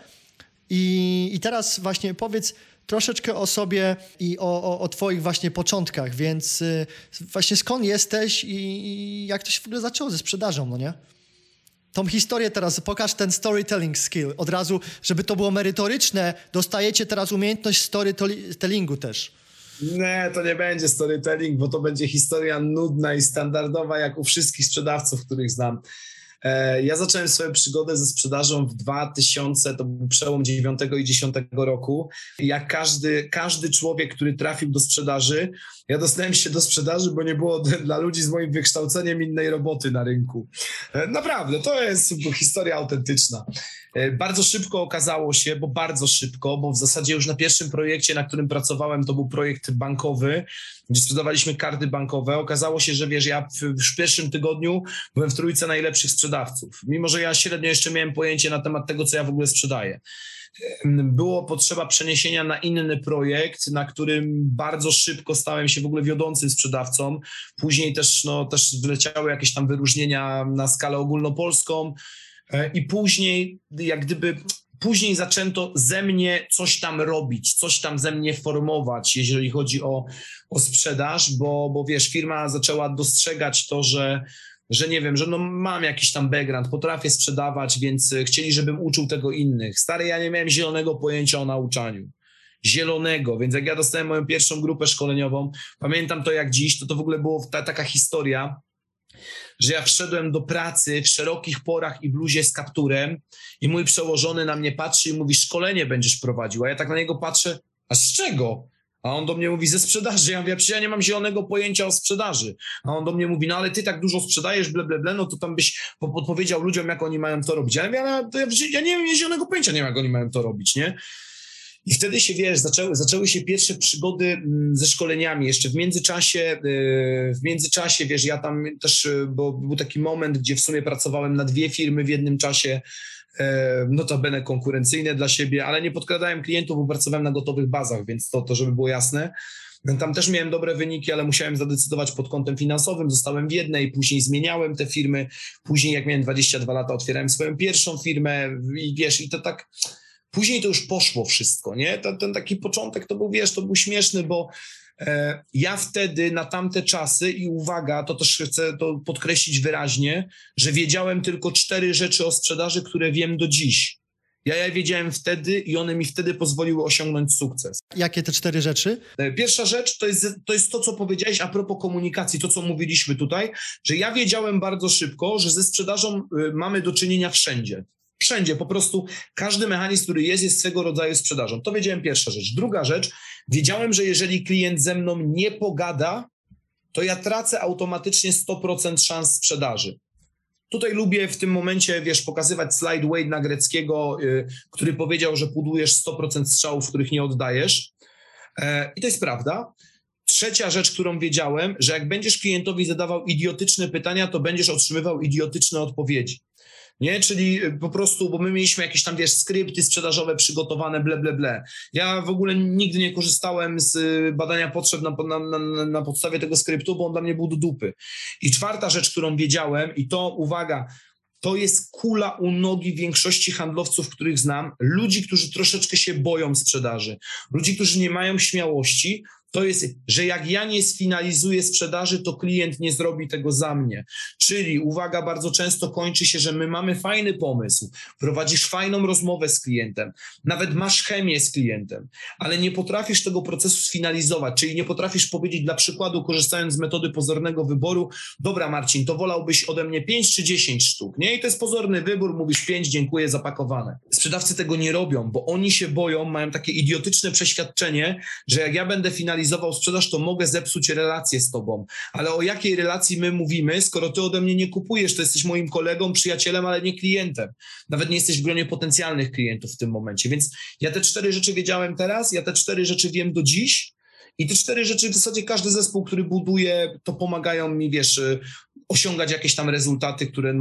I teraz właśnie powiedz troszeczkę o sobie i o twoich właśnie początkach, więc właśnie skąd jesteś i jak to się w ogóle zaczęło ze sprzedażą, no nie? Tą historię teraz, pokaż ten storytelling skill od razu, żeby to było merytoryczne, dostajecie teraz umiejętność storytellingu też. Nie, to nie będzie storytelling, bo to będzie historia nudna i standardowa, jak u wszystkich sprzedawców, których znam. Ja zacząłem swoją przygodę ze sprzedażą w 2000, to był przełom 9 i 10 roku. Jak każdy człowiek, który trafił do sprzedaży, ja dostałem się do sprzedaży, bo nie było dla ludzi z moim wykształceniem innej roboty na rynku. Naprawdę, to jest historia autentyczna. Bardzo szybko okazało się, bo w zasadzie już na pierwszym projekcie, na którym pracowałem, to był projekt bankowy, gdzie sprzedawaliśmy karty bankowe. Okazało się, że wiesz, ja w pierwszym tygodniu byłem w trójce najlepszych sprzedawców, mimo że ja średnio jeszcze miałem pojęcie na temat tego, co ja w ogóle sprzedaję. Było potrzeba przeniesienia na inny projekt, na którym bardzo szybko stałem się w ogóle wiodącym sprzedawcą. Później też wyleciały jakieś tam wyróżnienia na skalę ogólnopolską i później zaczęto ze mnie coś tam robić, coś tam ze mnie formować, jeżeli chodzi o sprzedaż, bo wiesz, firma zaczęła dostrzegać to, że nie wiem, że mam jakiś tam background, potrafię sprzedawać, więc chcieli, żebym uczył tego innych. Stary, ja nie miałem zielonego pojęcia o nauczaniu. Zielonego, więc jak ja dostałem moją pierwszą grupę szkoleniową, pamiętam to jak dziś, to w ogóle była taka historia, że ja wszedłem do pracy w szerokich porach i bluzie z kapturem i mój przełożony na mnie patrzy i mówi, szkolenie będziesz prowadził, a ja tak na niego patrzę, a z czego? A on do mnie mówi, ze sprzedaży. Ja mówię, przecież ja nie mam zielonego pojęcia o sprzedaży. A on do mnie mówi, no ale ty tak dużo sprzedajesz, no to tam byś podpowiedział ludziom, jak oni mają to robić. Ja mówię, ja nie mam zielonego pojęcia, nie wiem, jak oni mają to robić, nie? I wtedy się, wiesz, zaczęły się pierwsze przygody ze szkoleniami. Jeszcze w międzyczasie, wiesz, ja tam też, bo był taki moment, gdzie w sumie pracowałem na 2 firmy w jednym czasie, notabene konkurencyjne dla siebie, ale nie podkradałem klientów, bo pracowałem na gotowych bazach, więc to żeby było jasne. Tam też miałem dobre wyniki, ale musiałem zadecydować pod kątem finansowym. Zostałem w jednej, później zmieniałem te firmy. Później jak miałem 22 lata, otwierałem swoją pierwszą firmę i wiesz, i to tak... Później to już poszło wszystko, nie? Ten taki początek to był, wiesz, to był śmieszny, bo ja wtedy na tamte czasy i uwaga, to też chcę to podkreślić wyraźnie, że wiedziałem tylko 4 rzeczy o sprzedaży, które wiem do dziś. Ja wiedziałem wtedy i one mi wtedy pozwoliły osiągnąć sukces. Jakie te 4 rzeczy? Pierwsza rzecz to jest to, co powiedziałeś a propos komunikacji, to, co mówiliśmy tutaj, że ja wiedziałem bardzo szybko, że ze sprzedażą mamy do czynienia wszędzie. Wszędzie, po prostu każdy mechanizm, który jest swego rodzaju sprzedażą. To wiedziałem pierwsza rzecz. Druga rzecz, wiedziałem, że jeżeli klient ze mną nie pogada, to ja tracę automatycznie 100% szans sprzedaży. Tutaj lubię w tym momencie, wiesz, pokazywać slajd Wade'a Gretzkiego, który powiedział, że budujesz 100% strzałów, których nie oddajesz. I to jest prawda. Trzecia rzecz, którą wiedziałem, że jak będziesz klientowi zadawał idiotyczne pytania, to będziesz otrzymywał idiotyczne odpowiedzi. Nie, czyli po prostu, bo my mieliśmy jakieś tam, wiesz, skrypty sprzedażowe przygotowane, ble. Ja w ogóle nigdy nie korzystałem z badania potrzeb na podstawie tego skryptu, bo on dla mnie był do dupy. I czwarta rzecz, którą wiedziałem, i to, uwaga, to jest kula u nogi większości handlowców, których znam, ludzi, którzy troszeczkę się boją sprzedaży, ludzi, którzy nie mają śmiałości, to jest, że jak ja nie sfinalizuję sprzedaży, to klient nie zrobi tego za mnie. Czyli, uwaga, bardzo często kończy się, że my mamy fajny pomysł, prowadzisz fajną rozmowę z klientem, nawet masz chemię z klientem, ale nie potrafisz tego procesu sfinalizować, czyli nie potrafisz powiedzieć, dla przykładu, korzystając z metody pozornego wyboru, dobra Marcin, to wolałbyś ode mnie 5 czy 10 sztuk, nie? I to jest pozorny wybór, mówisz 5, dziękuję, zapakowane. Sprzedawcy tego nie robią, bo oni się boją, mają takie idiotyczne przeświadczenie, że jak ja będę finalizował sprzedaż, to mogę zepsuć relację z tobą. Ale o jakiej relacji my mówimy, skoro ty ode mnie nie kupujesz, to jesteś moim kolegą, przyjacielem, ale nie klientem. Nawet nie jesteś w gronie potencjalnych klientów w tym momencie. Więc ja te 4 rzeczy wiedziałem teraz, ja te 4 rzeczy wiem do dziś i te 4 rzeczy w zasadzie każdy zespół, który buduje, to pomagają mi, wiesz, osiągać jakieś tam rezultaty, które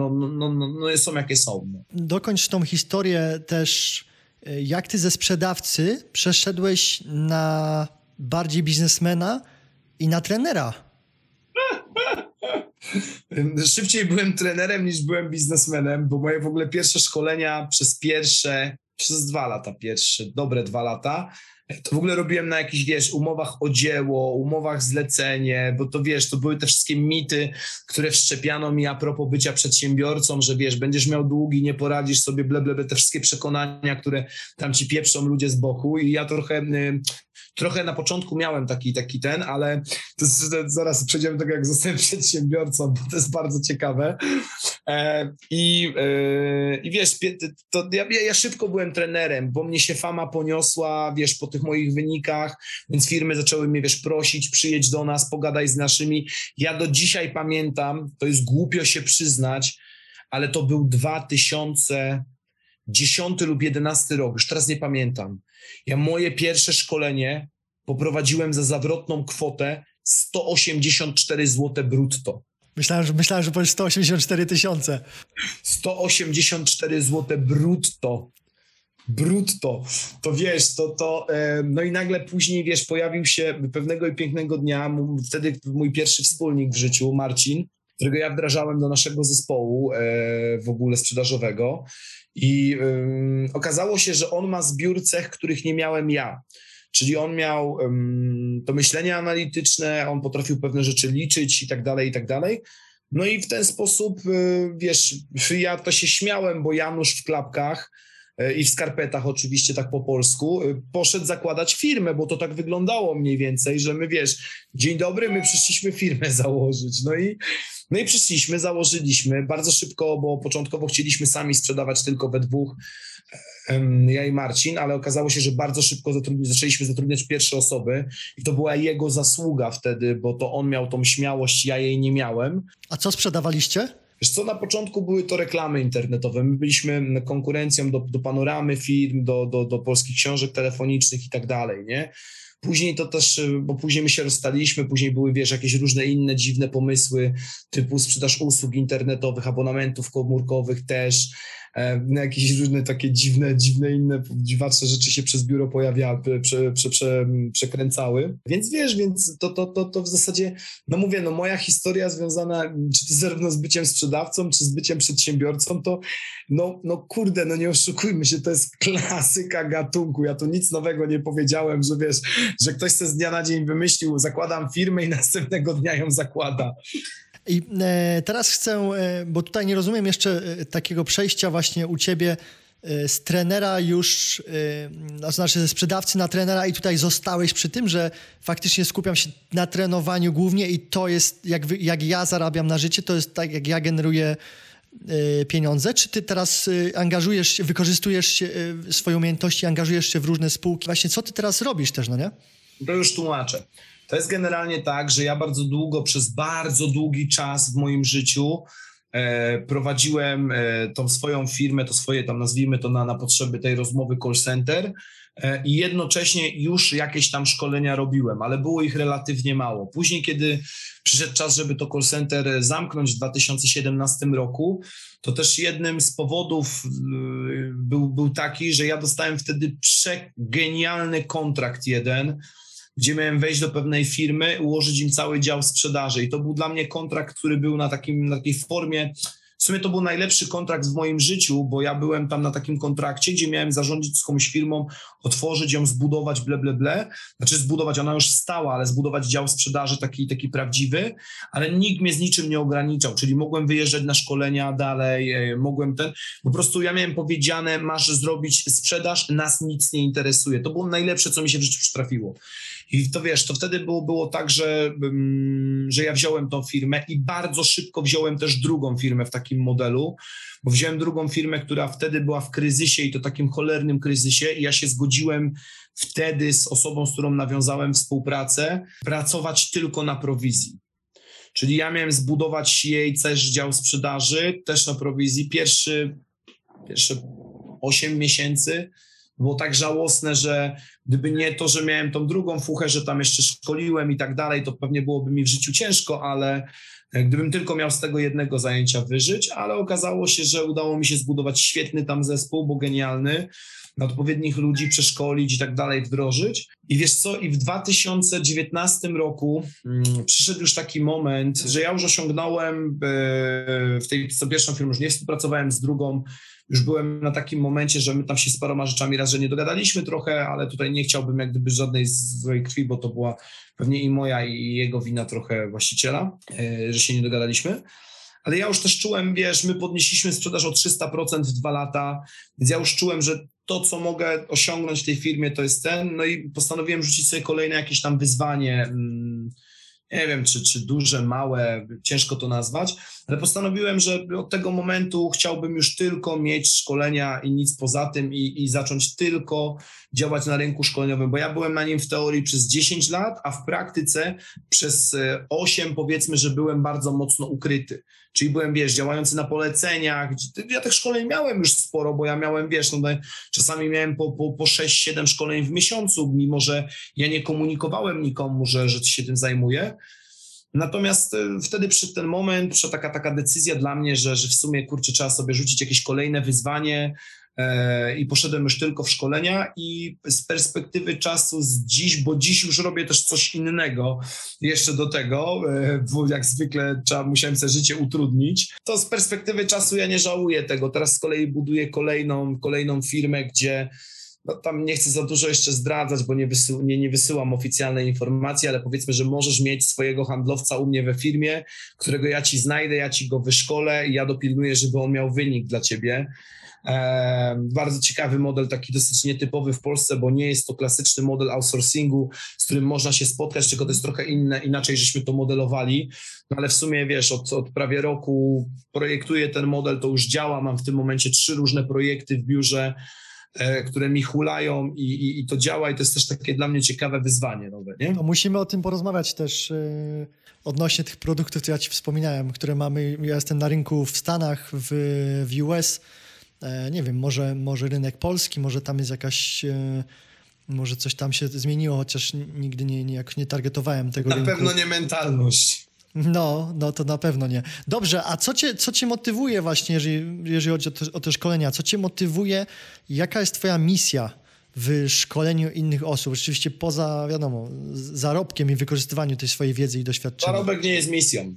są jakie są. Dokończ tą historię też, jak ty ze sprzedawcy przeszedłeś na bardziej biznesmena i na trenera. Szybciej byłem trenerem niż byłem biznesmenem, bo moje w ogóle pierwsze szkolenia przez 2 lata dobre 2 lata, to w ogóle robiłem na jakichś, wiesz, umowach o dzieło, umowach zlecenie, bo to, wiesz, to były te wszystkie mity, które wszczepiano mi a propos bycia przedsiębiorcą, że, wiesz, będziesz miał długi, nie poradzisz sobie, te wszystkie przekonania, które tam ci pieprzą ludzie z boku i ja trochę na początku miałem taki ale to zaraz przejdziemy do tego, jak zostałem przedsiębiorcą, bo to jest bardzo ciekawe. I wiesz, to ja szybko byłem trenerem, bo mnie się fama poniosła, wiesz, po tych moich wynikach, więc firmy zaczęły mnie, wiesz, prosić, przyjedź do nas, pogadaj z naszymi. Ja do dzisiaj pamiętam, to jest głupio się przyznać, ale to był 2010 lub 11 rok, już teraz nie pamiętam. Ja moje pierwsze szkolenie poprowadziłem za zawrotną kwotę 184 zł brutto. Myślałem, że powiesz 184 000. 184 zł brutto. To wiesz, no i nagle później, wiesz, pojawił się pewnego i pięknego dnia, wtedy mój pierwszy wspólnik w życiu, Marcin, którego ja wdrażałem do naszego zespołu w ogóle sprzedażowego i okazało się, że on ma zbiór cech, których nie miałem ja. Czyli on miał to myślenie analityczne, on potrafił pewne rzeczy liczyć i tak dalej. No i w ten sposób, wiesz, ja to się śmiałem, bo Janusz w klapkach i w skarpetach oczywiście tak po polsku poszedł zakładać firmę, bo to tak wyglądało mniej więcej, że my, wiesz, dzień dobry, my przyszliśmy firmę założyć. No i przyszliśmy, założyliśmy bardzo szybko, bo początkowo chcieliśmy sami sprzedawać tylko we dwóch, ja i Marcin, ale okazało się, że bardzo szybko zaczęliśmy zatrudniać pierwsze osoby i to była jego zasługa wtedy, bo to on miał tą śmiałość, ja jej nie miałem. A co sprzedawaliście? Wiesz co, na początku były to reklamy internetowe. My byliśmy konkurencją do Panoramy firm, do polskich książek telefonicznych i tak dalej, nie? Później to też, bo później my się rozstaliśmy, później były, wiesz, jakieś różne inne dziwne pomysły, typu sprzedaż usług internetowych, abonamentów komórkowych też, jakieś różne takie dziwne inne, dziwaczne rzeczy się przez biuro przekręcały. Więc wiesz, to w zasadzie, no mówię, no moja historia związana, czy to zarówno z byciem sprzedawcą, czy z byciem przedsiębiorcą, to no kurde, no nie oszukujmy się, to jest klasyka gatunku. Ja tu nic nowego nie powiedziałem, że wiesz, że ktoś sobie z dnia na dzień wymyślił, zakładam firmę i następnego dnia ją zakłada. I teraz chcę, bo tutaj nie rozumiem jeszcze takiego przejścia właśnie u ciebie z trenera już, znaczy ze sprzedawcy na trenera i tutaj zostałeś przy tym, że faktycznie skupiam się na trenowaniu głównie i to jest, jak ja zarabiam na życie, to jest tak, jak ja generuję pieniądze, czy ty teraz angażujesz się, wykorzystujesz swoje umiejętności, angażujesz się w różne spółki? Właśnie co ty teraz robisz też, no nie? To już tłumaczę. To jest generalnie tak, że ja przez bardzo długi czas w moim życiu prowadziłem tą swoją firmę, to swoje tam nazwijmy to na potrzeby tej rozmowy call center i jednocześnie już jakieś tam szkolenia robiłem, ale było ich relatywnie mało. Później, kiedy przyszedł czas, żeby to call center zamknąć w 2017 roku, to też jednym z powodów był taki, że ja dostałem wtedy przegenialny kontrakt jeden, gdzie miałem wejść do pewnej firmy, ułożyć im cały dział sprzedaży i to był dla mnie kontrakt, który był na takiej formie, w sumie to był najlepszy kontrakt w moim życiu, bo ja byłem tam na takim kontrakcie, gdzie miałem zarządzić z jakąś firmą, otworzyć ją, zbudować znaczy zbudować, ona już stała, ale zbudować dział sprzedaży taki prawdziwy, ale nikt mnie z niczym nie ograniczał, czyli mogłem wyjeżdżać na szkolenia dalej, po prostu ja miałem powiedziane, masz zrobić sprzedaż, nas nic nie interesuje. To było najlepsze, co mi się w życiu przytrafiło. I to wiesz, to wtedy było tak, że ja wziąłem tą firmę i bardzo szybko wziąłem też drugą firmę w takim modelu, bo wziąłem drugą firmę, która wtedy była w kryzysie i to takim cholernym kryzysie i ja się zgodziłem wtedy z osobą, z którą nawiązałem współpracę, pracować tylko na prowizji. Czyli ja miałem zbudować jej też dział sprzedaży, też na prowizji. Pierwsze 8 miesięcy było tak żałosne, że gdyby nie to, że miałem tą drugą fuchę, że tam jeszcze szkoliłem i tak dalej, to pewnie byłoby mi w życiu ciężko, ale gdybym tylko miał z tego jednego zajęcia wyżyć, ale okazało się, że udało mi się zbudować świetny tam zespół, bo genialny, odpowiednich ludzi przeszkolić i tak dalej, wdrożyć. I wiesz co, i w 2019 roku przyszedł już taki moment, że ja już osiągnąłem w tej pierwszą firmę, już nie współpracowałem z drugą, już byłem na takim momencie, że my tam się z paroma rzeczami raz, że nie dogadaliśmy trochę, ale tutaj nie chciałbym jak gdyby żadnej złej krwi, bo to była pewnie i moja i jego wina trochę właściciela, że się nie dogadaliśmy. Ale ja już też czułem, wiesz, my podnieśliśmy sprzedaż o 300% w 2 lata, więc ja już czułem, że to, co mogę osiągnąć w tej firmie, to jest no i postanowiłem rzucić sobie kolejne jakieś tam wyzwanie, nie wiem, czy duże, małe, ciężko to nazwać, ale postanowiłem, że od tego momentu chciałbym już tylko mieć szkolenia i nic poza tym i zacząć tylko działać na rynku szkoleniowym, bo ja byłem na nim w teorii przez 10 lat, a w praktyce przez 8 powiedzmy, że byłem bardzo mocno ukryty. Czyli byłem, wiesz, działający na poleceniach. Ja tych szkoleń miałem już sporo, bo ja miałem, wiesz, czasami miałem po 6-7 szkoleń w miesiącu, mimo że ja nie komunikowałem nikomu, że się tym zajmuję. Natomiast wtedy przyszedł ten moment, przyszła taka decyzja dla mnie, że w sumie, kurczę, trzeba sobie rzucić jakieś kolejne wyzwanie i poszedłem już tylko w szkolenia i z perspektywy czasu bo dziś już robię też coś innego jeszcze do tego, bo jak zwykle musiałem sobie życie utrudnić, to z perspektywy czasu ja nie żałuję tego. Teraz z kolei buduję kolejną firmę, gdzie tam nie chcę za dużo jeszcze zdradzać, bo nie wysyłam oficjalnej informacji, ale powiedzmy, że możesz mieć swojego handlowca u mnie we firmie, którego ja ci znajdę, ja ci go wyszkolę i ja dopilnuję, żeby on miał wynik dla ciebie. Bardzo ciekawy model, taki dosyć nietypowy w Polsce, bo nie jest to klasyczny model outsourcingu, z którym można się spotkać, tylko to jest trochę inaczej żeśmy to modelowali, no ale w sumie wiesz, od prawie roku projektuję ten model, to już działa, mam w tym momencie 3 różne projekty w biurze, które mi hulają i to działa i to jest też takie dla mnie ciekawe wyzwanie nowe, nie? No musimy o tym porozmawiać też odnośnie tych produktów, które ja ci wspominałem, które mamy, ja jestem na rynku w Stanach, w US, nie wiem, może rynek polski, może tam jest jakaś Może coś tam się zmieniło, chociaż nigdy jakoś nie targetowałem tego rynku. Na pewno nie mentalność. No to na pewno nie. Dobrze, a co cię motywuje właśnie, jeżeli chodzi o te szkolenia? Co cię motywuje? Jaka jest twoja misja w szkoleniu innych osób? Oczywiście poza, wiadomo, zarobkiem i wykorzystywaniu tej swojej wiedzy i doświadczenia. Zarobek nie jest misją.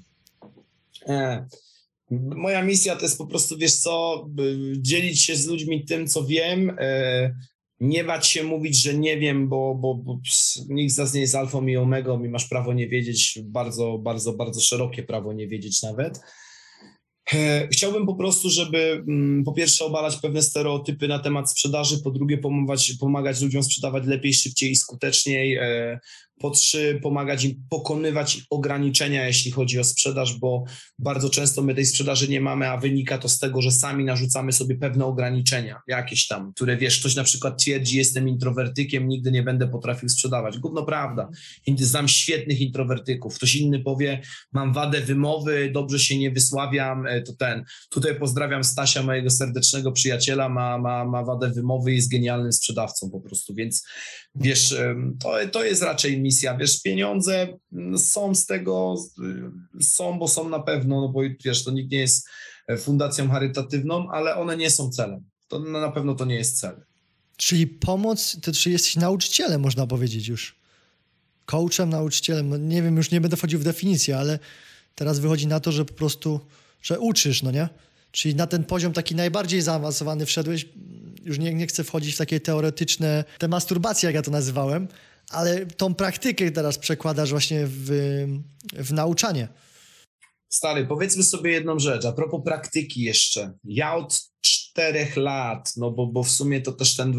Moja misja to jest po prostu, wiesz co, dzielić się z ludźmi tym, co wiem, nie bać się mówić, że nie wiem, bo nikt z nas nie jest alfą i omegą i masz prawo nie wiedzieć, bardzo, bardzo, bardzo szerokie prawo nie wiedzieć nawet. Chciałbym po prostu, żeby po pierwsze obalać pewne stereotypy na temat sprzedaży, po drugie pomagać ludziom sprzedawać lepiej, szybciej i skuteczniej, po trzy pomagać im pokonywać ograniczenia, jeśli chodzi o sprzedaż, bo bardzo często my tej sprzedaży nie mamy, a wynika to z tego, że sami narzucamy sobie pewne ograniczenia, jakieś tam, które wiesz, ktoś na przykład twierdzi, jestem introwertykiem, nigdy nie będę potrafił sprzedawać. Gówno prawda. Znam świetnych introwertyków. Ktoś inny powie, mam wadę wymowy, dobrze się nie wysławiam, Tutaj pozdrawiam Stasia, mojego serdecznego przyjaciela, ma wadę wymowy i jest genialnym sprzedawcą po prostu, więc wiesz, to jest raczej misja, wiesz, pieniądze są z tego, bo są na pewno, no bo wiesz, to nikt nie jest fundacją charytatywną, ale one nie są celem, to na pewno to nie jest cel. Czyli pomoc, czyli jesteś nauczycielem, można powiedzieć już, coachem, nauczycielem, no nie wiem, już nie będę wchodził w definicję, ale teraz wychodzi na to, że po prostu że uczysz, no nie? Czyli na ten poziom taki najbardziej zaawansowany wszedłeś, już nie chcę wchodzić w takie teoretyczne, te masturbacje, jak ja to nazywałem, ale tą praktykę teraz przekładasz właśnie w nauczanie. Stary, powiedzmy sobie jedną rzecz, a propos praktyki jeszcze. Ja od 4 lat, no bo w sumie to też ten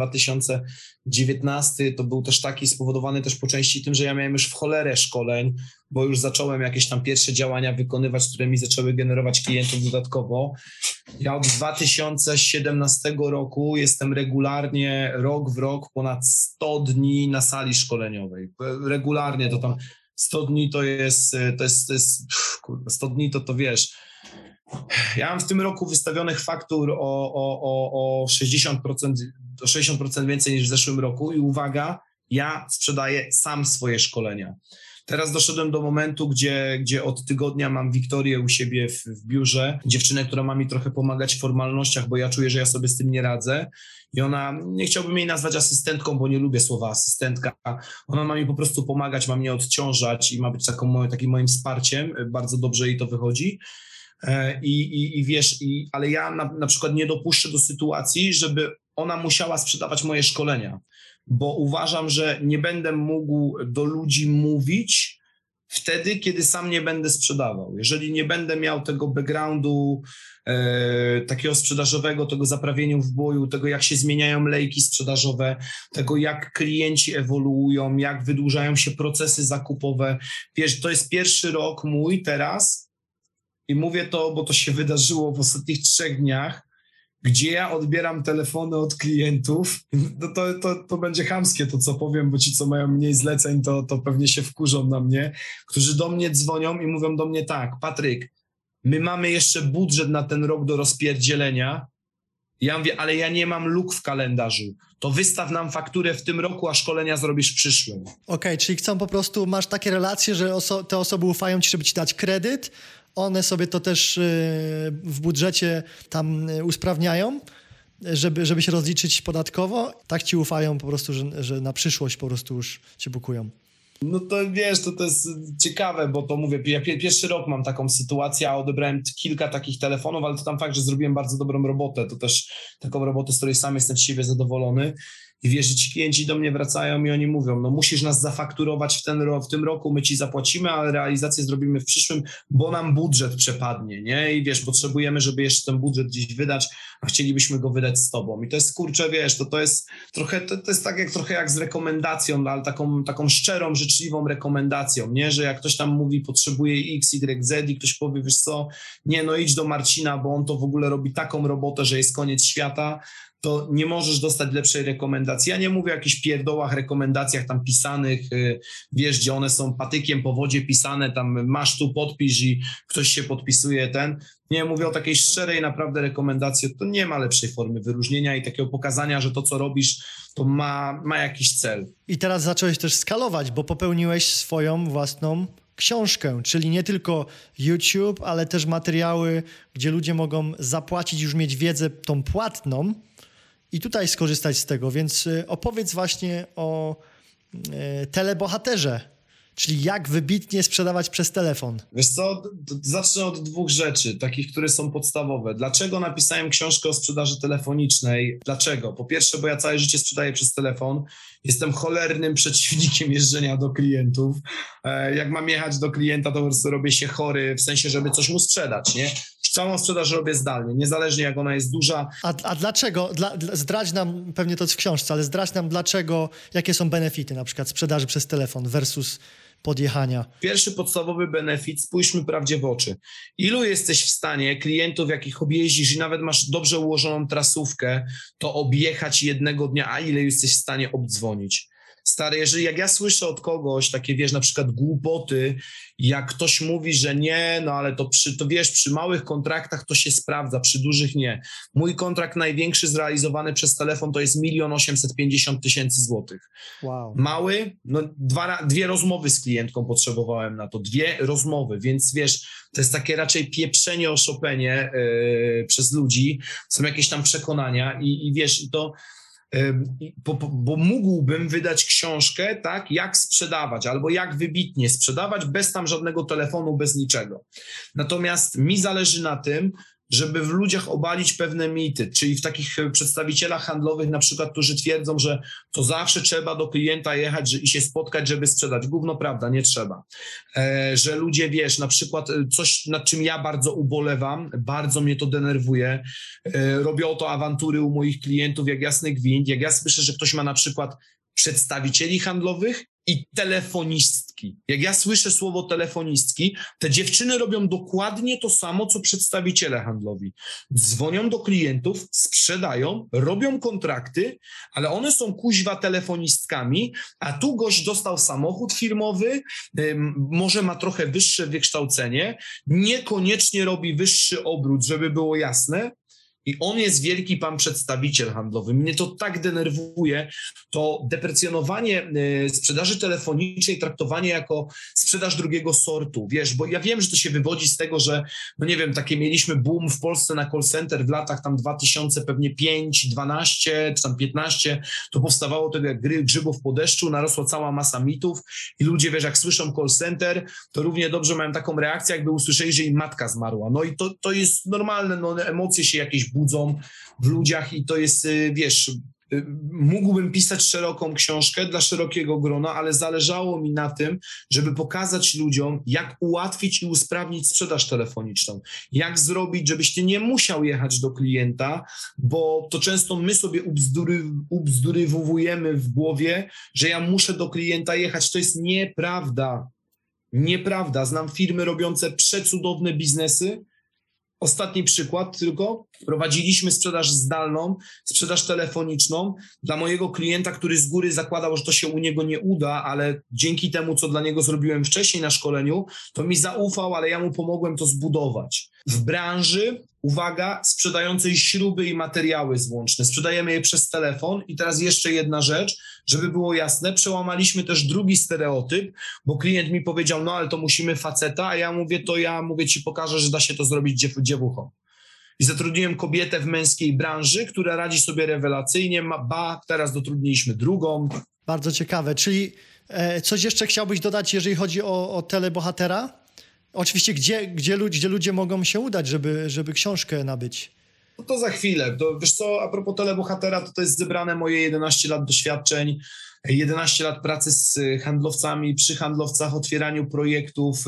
2019 to był też taki spowodowany też po części tym, że ja miałem już w cholerę szkoleń, bo już zacząłem jakieś tam pierwsze działania wykonywać, które mi zaczęły generować klientów dodatkowo. Ja od 2017 roku jestem regularnie rok w rok ponad 100 dni na sali szkoleniowej. Regularnie to tam 100 dni to jest 100 dni to wiesz. Ja mam w tym roku wystawionych faktur o 60% więcej niż w zeszłym roku i uwaga, ja sprzedaję sam swoje szkolenia. Teraz doszedłem do momentu, gdzie od tygodnia mam Wiktorię u siebie w biurze, dziewczynę, która ma mi trochę pomagać w formalnościach, bo ja czuję, że ja sobie z tym nie radzę i ona, nie chciałbym jej nazwać asystentką, bo nie lubię słowa asystentka, ona ma mi po prostu pomagać, ma mnie odciążać i ma być takim moim wsparciem, bardzo dobrze jej to wychodzi. Ale ja na przykład nie dopuszczę do sytuacji, żeby ona musiała sprzedawać moje szkolenia, bo uważam, że nie będę mógł do ludzi mówić wtedy, kiedy sam nie będę sprzedawał. Jeżeli nie będę miał tego backgroundu takiego sprzedażowego, tego zaprawienia w boju, tego jak się zmieniają lejki sprzedażowe, tego jak klienci ewoluują, jak wydłużają się procesy zakupowe. Wiesz, to jest pierwszy rok mój teraz i mówię to, bo to się wydarzyło w ostatnich 3 dniach, gdzie ja odbieram telefony od klientów, no to będzie chamskie to, co powiem, bo ci, co mają mniej zleceń, to pewnie się wkurzą na mnie, którzy do mnie dzwonią i mówią do mnie tak, Patryk, my mamy jeszcze budżet na ten rok do rozpierdzielenia. Ja mówię, ale ja nie mam luk w kalendarzu. To wystaw nam fakturę w tym roku, a szkolenia zrobisz w przyszłym. Okej, czyli chcą po prostu, masz takie relacje, że te osoby ufają ci, żeby ci dać kredyt, one sobie to też w budżecie tam usprawniają, żeby się rozliczyć podatkowo. Tak ci ufają po prostu, że na przyszłość po prostu już cię bukują. No to wiesz, to jest ciekawe, bo to mówię, ja pierwszy rok mam taką sytuację, a odebrałem kilka takich telefonów, ale to tam fakt, że zrobiłem bardzo dobrą robotę, to też taką robotę, z której sam jestem z siebie zadowolony. I wiesz, że ci klienci do mnie wracają i oni mówią, no musisz nas zafakturować w tym roku, my ci zapłacimy, ale realizację zrobimy w przyszłym, bo nam budżet przepadnie, nie? I wiesz, potrzebujemy, żeby jeszcze ten budżet gdzieś wydać, a chcielibyśmy go wydać z tobą. I to jest, kurczę, wiesz, to jest trochę, to jest tak trochę jak z rekomendacją, ale taką szczerą, życzliwą rekomendacją, nie? Że jak ktoś tam mówi, potrzebuje X, Y, Z i ktoś powie, wiesz co, nie, no idź do Marcina, bo on to w ogóle robi taką robotę, że jest koniec świata, to nie możesz dostać lepszej rekomendacji. Ja nie mówię o jakichś pierdołach, rekomendacjach tam pisanych, wiesz, gdzie one są patykiem po wodzie pisane, tam masz tu podpisz i ktoś się podpisuje Nie, mówię o takiej szczerej naprawdę rekomendacji, to nie ma lepszej formy wyróżnienia i takiego pokazania, że to, co robisz, to ma jakiś cel. I teraz zacząłeś też skalować, bo popełniłeś swoją własną książkę, czyli nie tylko YouTube, ale też materiały, gdzie ludzie mogą zapłacić, już mieć wiedzę tą płatną i tutaj skorzystać z tego, więc opowiedz właśnie o telebohaterze, czyli jak wybitnie sprzedawać przez telefon. Wiesz co, zacznę od dwóch rzeczy, takich, które są podstawowe. Dlaczego napisałem książkę o sprzedaży telefonicznej? Dlaczego? Po pierwsze, bo ja całe życie sprzedaję przez telefon. Jestem cholernym przeciwnikiem jeżdżenia do klientów. Jak mam jechać do klienta, to po prostu robię się chory, w sensie, żeby coś mu sprzedać, nie? Całą sprzedaż robię zdalnie, niezależnie jak ona jest duża. A dlaczego? Zdradź nam, pewnie to jest w książce, ale zdradź nam dlaczego, jakie są benefity na przykład sprzedaży przez telefon versus podjechania. Pierwszy podstawowy benefit, spójrzmy prawdzie w oczy. Ilu jesteś w stanie klientów, jakich objeździsz i nawet masz dobrze ułożoną trasówkę, to objechać jednego dnia, a ile jesteś w stanie obdzwonić? Stary, jeżeli jak ja słyszę od kogoś takie, wiesz, na przykład głupoty, jak ktoś mówi, że nie, no ale to wiesz, przy małych kontraktach to się sprawdza, przy dużych nie. Mój kontrakt największy zrealizowany przez telefon to jest 1 850 000 złotych. Wow. Mały, no dwie rozmowy z klientką potrzebowałem na to, 2 rozmowy, więc wiesz, to jest takie raczej pieprzenie, oszopenie przez ludzi, są jakieś tam przekonania i wiesz, i to... Bo mógłbym wydać książkę, tak, jak sprzedawać albo jak wybitnie sprzedawać bez tam żadnego telefonu, bez niczego. Natomiast mi zależy na tym, żeby w ludziach obalić pewne mity, czyli w takich przedstawicielach handlowych na przykład, którzy twierdzą, że to zawsze trzeba do klienta jechać i się spotkać, żeby sprzedać. Gówno prawda, nie trzeba. Że ludzie, wiesz, na przykład coś, nad czym ja bardzo ubolewam, bardzo mnie to denerwuje, robią to awantury u moich klientów jak jasny gwint, jak ja słyszę, że ktoś ma na przykład przedstawicieli handlowych i telefonistki. Jak ja słyszę słowo telefonistki, te dziewczyny robią dokładnie to samo, co przedstawiciele handlowi. Dzwonią do klientów, sprzedają, robią kontrakty, ale one są kuźwa telefonistkami, a tu gość dostał samochód firmowy, może ma trochę wyższe wykształcenie, niekoniecznie robi wyższy obrót, żeby było jasne, i on jest wielki pan przedstawiciel handlowy. Mnie to tak denerwuje, to deprecjonowanie sprzedaży telefonicznej, traktowanie jako sprzedaż drugiego sortu, wiesz, bo ja wiem, że to się wywodzi z tego, że, no nie wiem, takie mieliśmy boom w Polsce na call center w latach tam 2000, pewnie 5, 12 czy tam 15, to powstawało tego jak grzybów po deszczu, narosła cała masa mitów i ludzie, wiesz, jak słyszą call center, to równie dobrze mają taką reakcję, jakby usłyszeli, że im matka zmarła. No i to jest normalne, no emocje się jakieś budzą w ludziach i to jest, wiesz, mógłbym pisać szeroką książkę dla szerokiego grona, ale zależało mi na tym, żeby pokazać ludziom, jak ułatwić i usprawnić sprzedaż telefoniczną. Jak zrobić, żebyś ty nie musiał jechać do klienta, bo to często my sobie ubzdurywujemy w głowie, że ja muszę do klienta jechać. To jest nieprawda. Nieprawda. Znam firmy robiące przecudowne biznesy. Ostatni przykład tylko. Prowadziliśmy sprzedaż zdalną, sprzedaż telefoniczną dla mojego klienta, który z góry zakładał, że to się u niego nie uda, ale dzięki temu, co dla niego zrobiłem wcześniej na szkoleniu, to mi zaufał, ale ja mu pomogłem to zbudować. W branży, uwaga, sprzedającej śruby i materiały złączne. Sprzedajemy je przez telefon i teraz jeszcze jedna rzecz, żeby było jasne, przełamaliśmy też drugi stereotyp, bo klient mi powiedział, no ale to musimy faceta, a ja mówię, ci pokażę, że da się to zrobić dziewuchą. I zatrudniłem kobietę w męskiej branży, która radzi sobie rewelacyjnie, teraz dotrudniliśmy drugą. Bardzo ciekawe, czyli coś jeszcze chciałbyś dodać, jeżeli chodzi o telebohatera? Oczywiście, gdzie ludzie mogą się udać, żeby książkę nabyć? No to za chwilę. To, wiesz co, a propos telebohatera, to jest zebrane moje 11 lat doświadczeń, 11 lat pracy z handlowcami, przy handlowcach, otwieraniu projektów.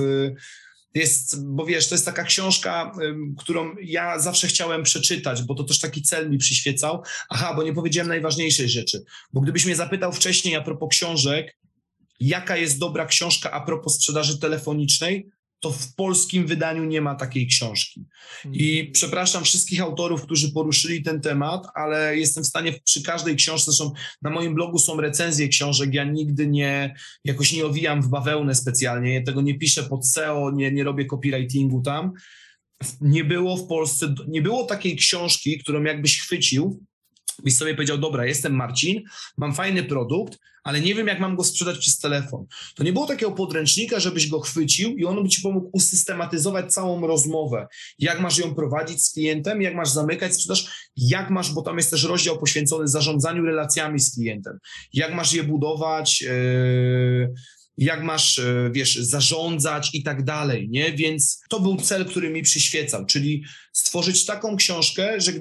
Bo wiesz, to jest taka książka, którą ja zawsze chciałem przeczytać, bo to też taki cel mi przyświecał. Bo nie powiedziałem najważniejszej rzeczy. Bo gdybyś mnie zapytał wcześniej a propos książek, jaka jest dobra książka a propos sprzedaży telefonicznej, to w polskim wydaniu nie ma takiej książki. I przepraszam wszystkich autorów, którzy poruszyli ten temat, ale jestem w stanie przy każdej książce, zresztą na moim blogu są recenzje książek, ja nigdy jakoś nie owijam w bawełnę specjalnie, ja tego nie piszę pod SEO, nie robię copywritingu tam. Nie było w Polsce, nie było takiej książki, którą jakbyś chwycił, byś sobie powiedział, dobra, jestem Marcin, mam fajny produkt, ale nie wiem, jak mam go sprzedać przez telefon. To nie było takiego podręcznika, żebyś go chwycił i on by ci pomógł usystematyzować całą rozmowę. Jak masz ją prowadzić z klientem, jak masz zamykać sprzedaż, jak masz, bo tam jest też rozdział poświęcony zarządzaniu relacjami z klientem, jak masz je budować, jak masz, zarządzać i tak dalej, nie? Więc to był cel, który mi przyświecał, czyli stworzyć taką książkę, że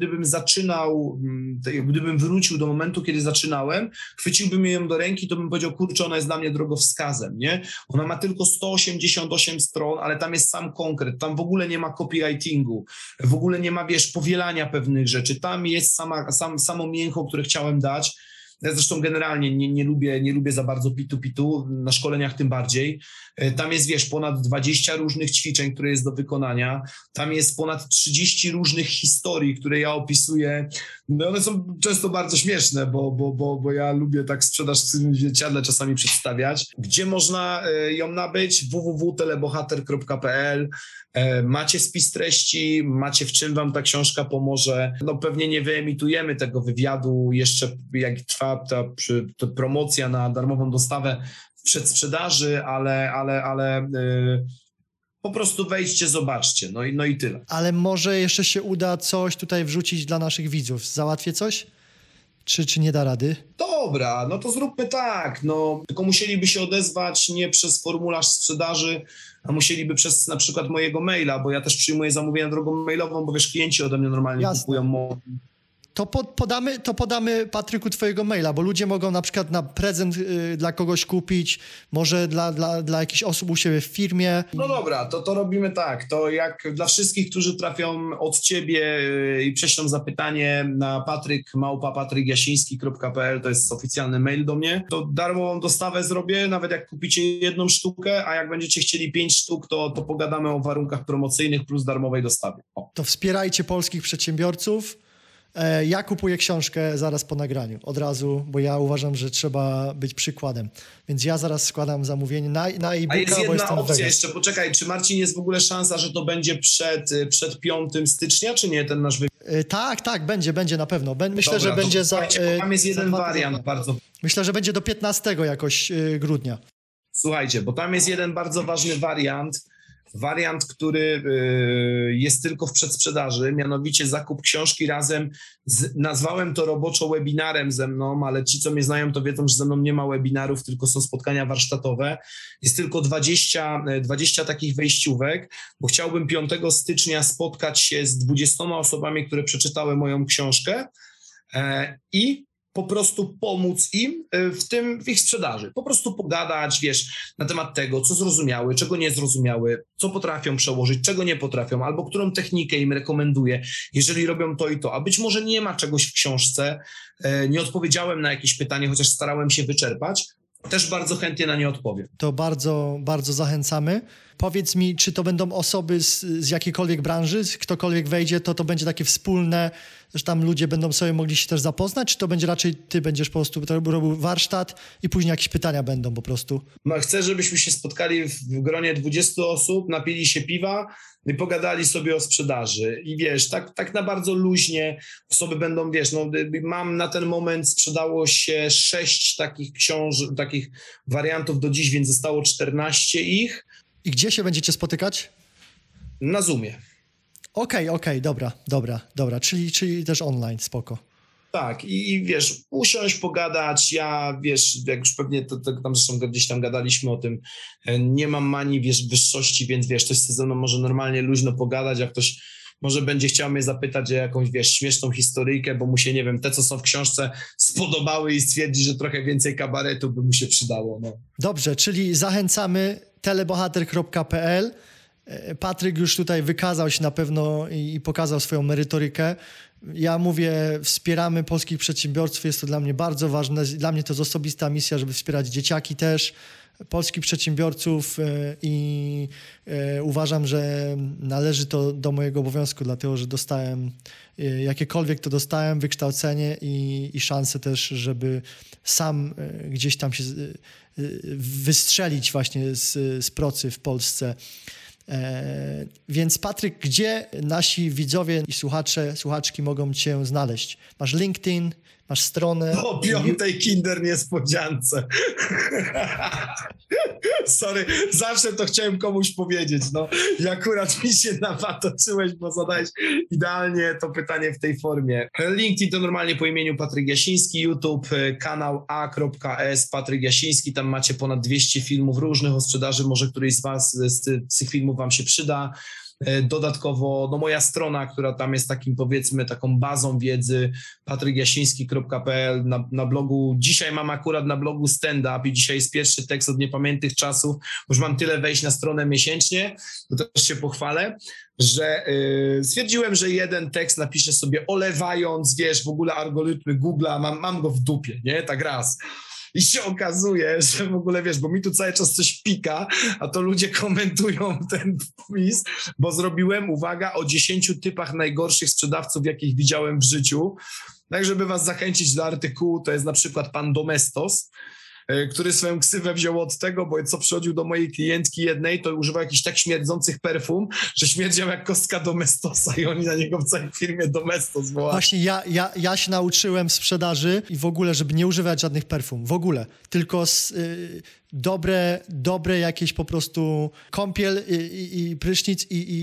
gdybym wrócił do momentu, kiedy zaczynałem, chwyciłbym ją do ręki, to bym powiedział, kurczę, ona jest dla mnie drogowskazem, nie? Ona ma tylko 188 stron, ale tam jest sam konkret, tam w ogóle nie ma copywritingu, w ogóle nie ma, powielania pewnych rzeczy, tam jest samo mięcho, które chciałem dać. Ja zresztą generalnie nie lubię za bardzo pitu, na szkoleniach tym bardziej. Tam jest, ponad 20 różnych ćwiczeń, które jest do wykonania. Tam jest ponad 30 różnych historii, które ja opisuję. No one są często bardzo śmieszne, bo ja lubię tak sprzedaż w zwierciadle czasami przedstawiać. Gdzie można ją nabyć? www.telebohater.pl. Macie spis treści, macie w czym wam ta książka pomoże. No pewnie nie wyemitujemy tego wywiadu jeszcze, jak trwa ta promocja na darmową dostawę w przedsprzedaży, ale po prostu wejdźcie, zobaczcie, no i tyle. Ale może jeszcze się uda coś tutaj wrzucić dla naszych widzów. Załatwię coś? Czy nie da rady? Dobra, no to zróbmy tak, tylko musieliby się odezwać nie przez formularz sprzedaży, a musieliby przez na przykład mojego maila, bo ja też przyjmuję zamówienia drogą mailową, bo klienci ode mnie normalnie kupują. To podamy, Patryku, twojego maila, bo ludzie mogą na przykład na prezent dla kogoś kupić, może dla jakichś osób u siebie w firmie. No dobra, to robimy tak. To jak dla wszystkich, którzy trafią od ciebie i prześlą zapytanie na patryk@patryk.jasiński.pl, to jest oficjalny mail do mnie, to darmową dostawę zrobię, nawet jak kupicie 1 sztukę, a jak będziecie chcieli 5 sztuk, to pogadamy o warunkach promocyjnych plus darmowej dostawie. To wspierajcie polskich przedsiębiorców. Ja kupuję książkę zaraz po nagraniu, od razu, bo ja uważam, że trzeba być przykładem. Więc ja zaraz składam zamówienie na e-booka. A jest jedna opcja jeszcze, poczekaj, czy Marcin, jest w ogóle szansa, że to będzie przed 5 stycznia, czy nie, ten nasz wywiad? Tak, będzie na pewno. Myślę, że będzie tam jest jeden wariant bardzo. Myślę, że będzie do 15 jakoś grudnia. Słuchajcie, bo tam jest jeden bardzo ważny wariant, który jest tylko w przedsprzedaży, mianowicie zakup książki razem nazwałem to roboczo webinarem ze mną, ale ci, co mnie znają, to wiedzą, że ze mną nie ma webinarów, tylko są spotkania warsztatowe. Jest tylko 20 takich wejściówek, bo chciałbym 5 stycznia spotkać się z 20 osobami, które przeczytały moją książkę i po prostu pomóc im w ich sprzedaży. Po prostu pogadać, na temat tego, co zrozumiały, czego nie zrozumiały, co potrafią przełożyć, czego nie potrafią, albo którą technikę im rekomenduję, jeżeli robią to i to. A być może nie ma czegoś w książce, nie odpowiedziałem na jakieś pytanie, chociaż starałem się wyczerpać. Też bardzo chętnie na nie odpowiem. To bardzo, bardzo zachęcamy. Powiedz mi, czy to będą osoby z jakiejkolwiek branży, ktokolwiek wejdzie, to będzie takie wspólne, że tam ludzie będą sobie mogli się też zapoznać, czy to będzie raczej ty będziesz po prostu robił warsztat i później jakieś pytania będą po prostu? Chcę, żebyśmy się spotkali w gronie 20 osób, napili się piwa i pogadali sobie o sprzedaży. I tak na bardzo luźnie osoby będą, mam na ten moment, sprzedało się 6 takich takich wariantów do dziś, więc zostało 14 ich. I gdzie się będziecie spotykać? Na Zoomie. Okej, dobra. Czyli też online, spoko. Tak, i usiąść, pogadać, ja, jak już pewnie to tam zresztą gdzieś tam gadaliśmy o tym, nie mam manii, wyższości, więc ktoś chce ze mną może normalnie luźno pogadać, jak ktoś może będzie chciał mnie zapytać o jakąś, śmieszną historyjkę, bo mu się, te, co są w książce, spodobały i stwierdzi, że trochę więcej kabaretu by mu się przydało. No. Dobrze, czyli zachęcamy telebohater.pl Patryk już tutaj wykazał się na pewno i pokazał swoją merytorykę. Ja mówię, wspieramy polskich przedsiębiorców, jest to dla mnie bardzo ważne. Dla mnie to jest osobista misja, żeby wspierać dzieciaki też, polskich przedsiębiorców i uważam, że należy to do mojego obowiązku, dlatego że dostałem, jakiekolwiek to dostałem, wykształcenie i szansę też, żeby sam gdzieś tam się wystrzelić właśnie z procy w Polsce. Więc Patryk, gdzie nasi widzowie i słuchaczki mogą cię znaleźć? Masz LinkedIn, masz stronę... O 5 Kinder niespodziance. Sorry, zawsze to chciałem komuś powiedzieć, no. I akurat mi się napatoczyłeś, bo zadałeś idealnie to pytanie w tej formie. LinkedIn to normalnie po imieniu Patryk Jasiński, YouTube, kanał a.s Patryk Jasiński, tam macie ponad 200 filmów różnych o sprzedaży, może któryś z was z tych filmów wam się przyda. Dodatkowo no moja strona, która tam jest takim, powiedzmy, taką bazą wiedzy, patrykiasiński.pl. Na blogu, dzisiaj mam akurat na blogu stand-up i dzisiaj jest pierwszy tekst od niepamiętnych czasów, już mam tyle wejść na stronę miesięcznie, to też się pochwalę, że stwierdziłem, że jeden tekst napiszę sobie olewając, wiesz, w ogóle algorytmy Google'a, mam go w dupie, nie, tak raz. I się okazuje, że w ogóle, wiesz, bo mi tu cały czas coś pika, a to ludzie komentują ten wpis, bo zrobiłem, uwaga, o 10 typach najgorszych sprzedawców, jakich widziałem w życiu. Tak, żeby was zachęcić do artykułu, to jest na przykład pan Domestos, który swoją ksywę wziął od tego, bo co przychodził do mojej klientki jednej, to używał jakichś tak śmierdzących perfum, że śmierdział jak kostka Domestosa i oni na niego w całej firmie Domestos wołali. Właśnie ja się nauczyłem sprzedaży i w ogóle, żeby nie używać żadnych perfum, w ogóle, tylko dobre jakieś po prostu kąpiel i prysznic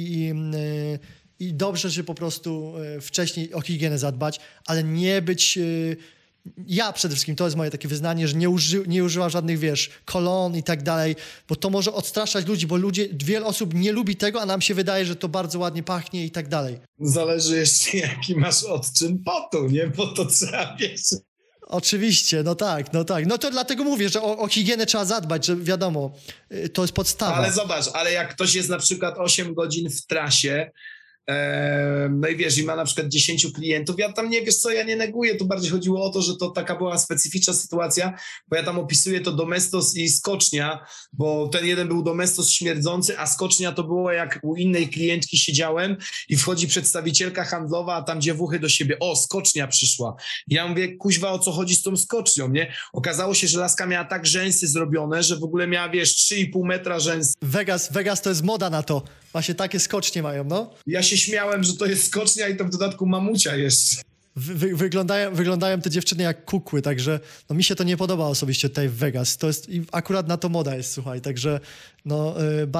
i dobrze, że po prostu wcześniej o higienę zadbać, ale nie być... Ja przede wszystkim, to jest moje takie wyznanie, że nie używam żadnych, wiesz, kolon i tak dalej, bo to może odstraszać ludzi, bo wiele osób nie lubi tego, a nam się wydaje, że to bardzo ładnie pachnie i tak dalej. Zależy jeszcze, jaki masz odczyn potu, nie? Bo to trzeba, wiesz... Oczywiście, no tak. No to dlatego mówię, że o higienę trzeba zadbać, że wiadomo, to jest podstawa. Ale zobacz, ale jak ktoś jest na przykład 8 godzin w trasie, no i wiesz, i ma na przykład 10 klientów, ja tam nie, wiesz co, ja nie neguję, tu bardziej chodziło o to, że to taka była specyficzna sytuacja, bo ja tam opisuję to Domestos i skocznia, bo ten jeden był Domestos śmierdzący, a skocznia to było jak u innej klientki siedziałem i wchodzi przedstawicielka handlowa, a tam dziewuchy do siebie, o, skocznia przyszła. I ja mówię, kuźwa, o co chodzi z tą skocznią, nie? Okazało się, że laska miała tak rzęsy zrobione, że w ogóle miała, wiesz, 3,5 metra rzęsy. Vegas to jest moda na to. Właśnie takie skocznie mają, no. Ja się śmiałem, że to jest skocznia i to w dodatku mamucia jeszcze. Wyglądają te dziewczyny jak kukły, także no, mi się to nie podoba osobiście tutaj w Vegas. To jest, i akurat na to moda jest, słuchaj, także no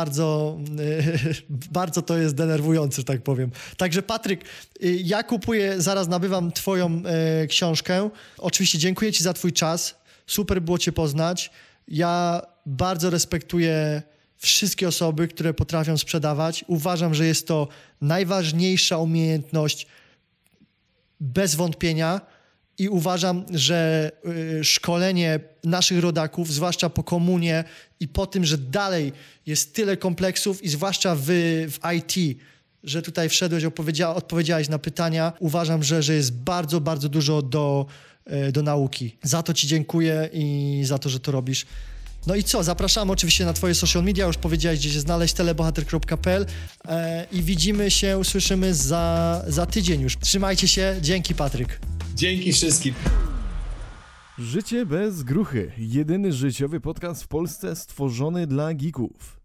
bardzo to jest denerwujące, że tak powiem. Także Patryk, ja kupuję, zaraz nabywam twoją książkę. Oczywiście dziękuję ci za twój czas. Super było cię poznać. Ja bardzo respektuję wszystkie osoby, które potrafią sprzedawać. Uważam, że jest to najważniejsza umiejętność bez wątpienia i uważam, że szkolenie naszych rodaków, zwłaszcza po komunie i po tym, że dalej jest tyle kompleksów i zwłaszcza w IT, że tutaj wszedłeś, odpowiedziałeś na pytania, uważam, że jest bardzo, bardzo dużo do nauki. Za to ci dziękuję i za to, że to robisz. No i co? Zapraszamy oczywiście na twoje social media, już powiedziałeś, gdzie się znaleźć, telebohater.pl i widzimy się, usłyszymy za tydzień już. Trzymajcie się, dzięki Patryk. Dzięki wszystkim. Życie bez gruchy. Jedyny życiowy podcast w Polsce stworzony dla geeków.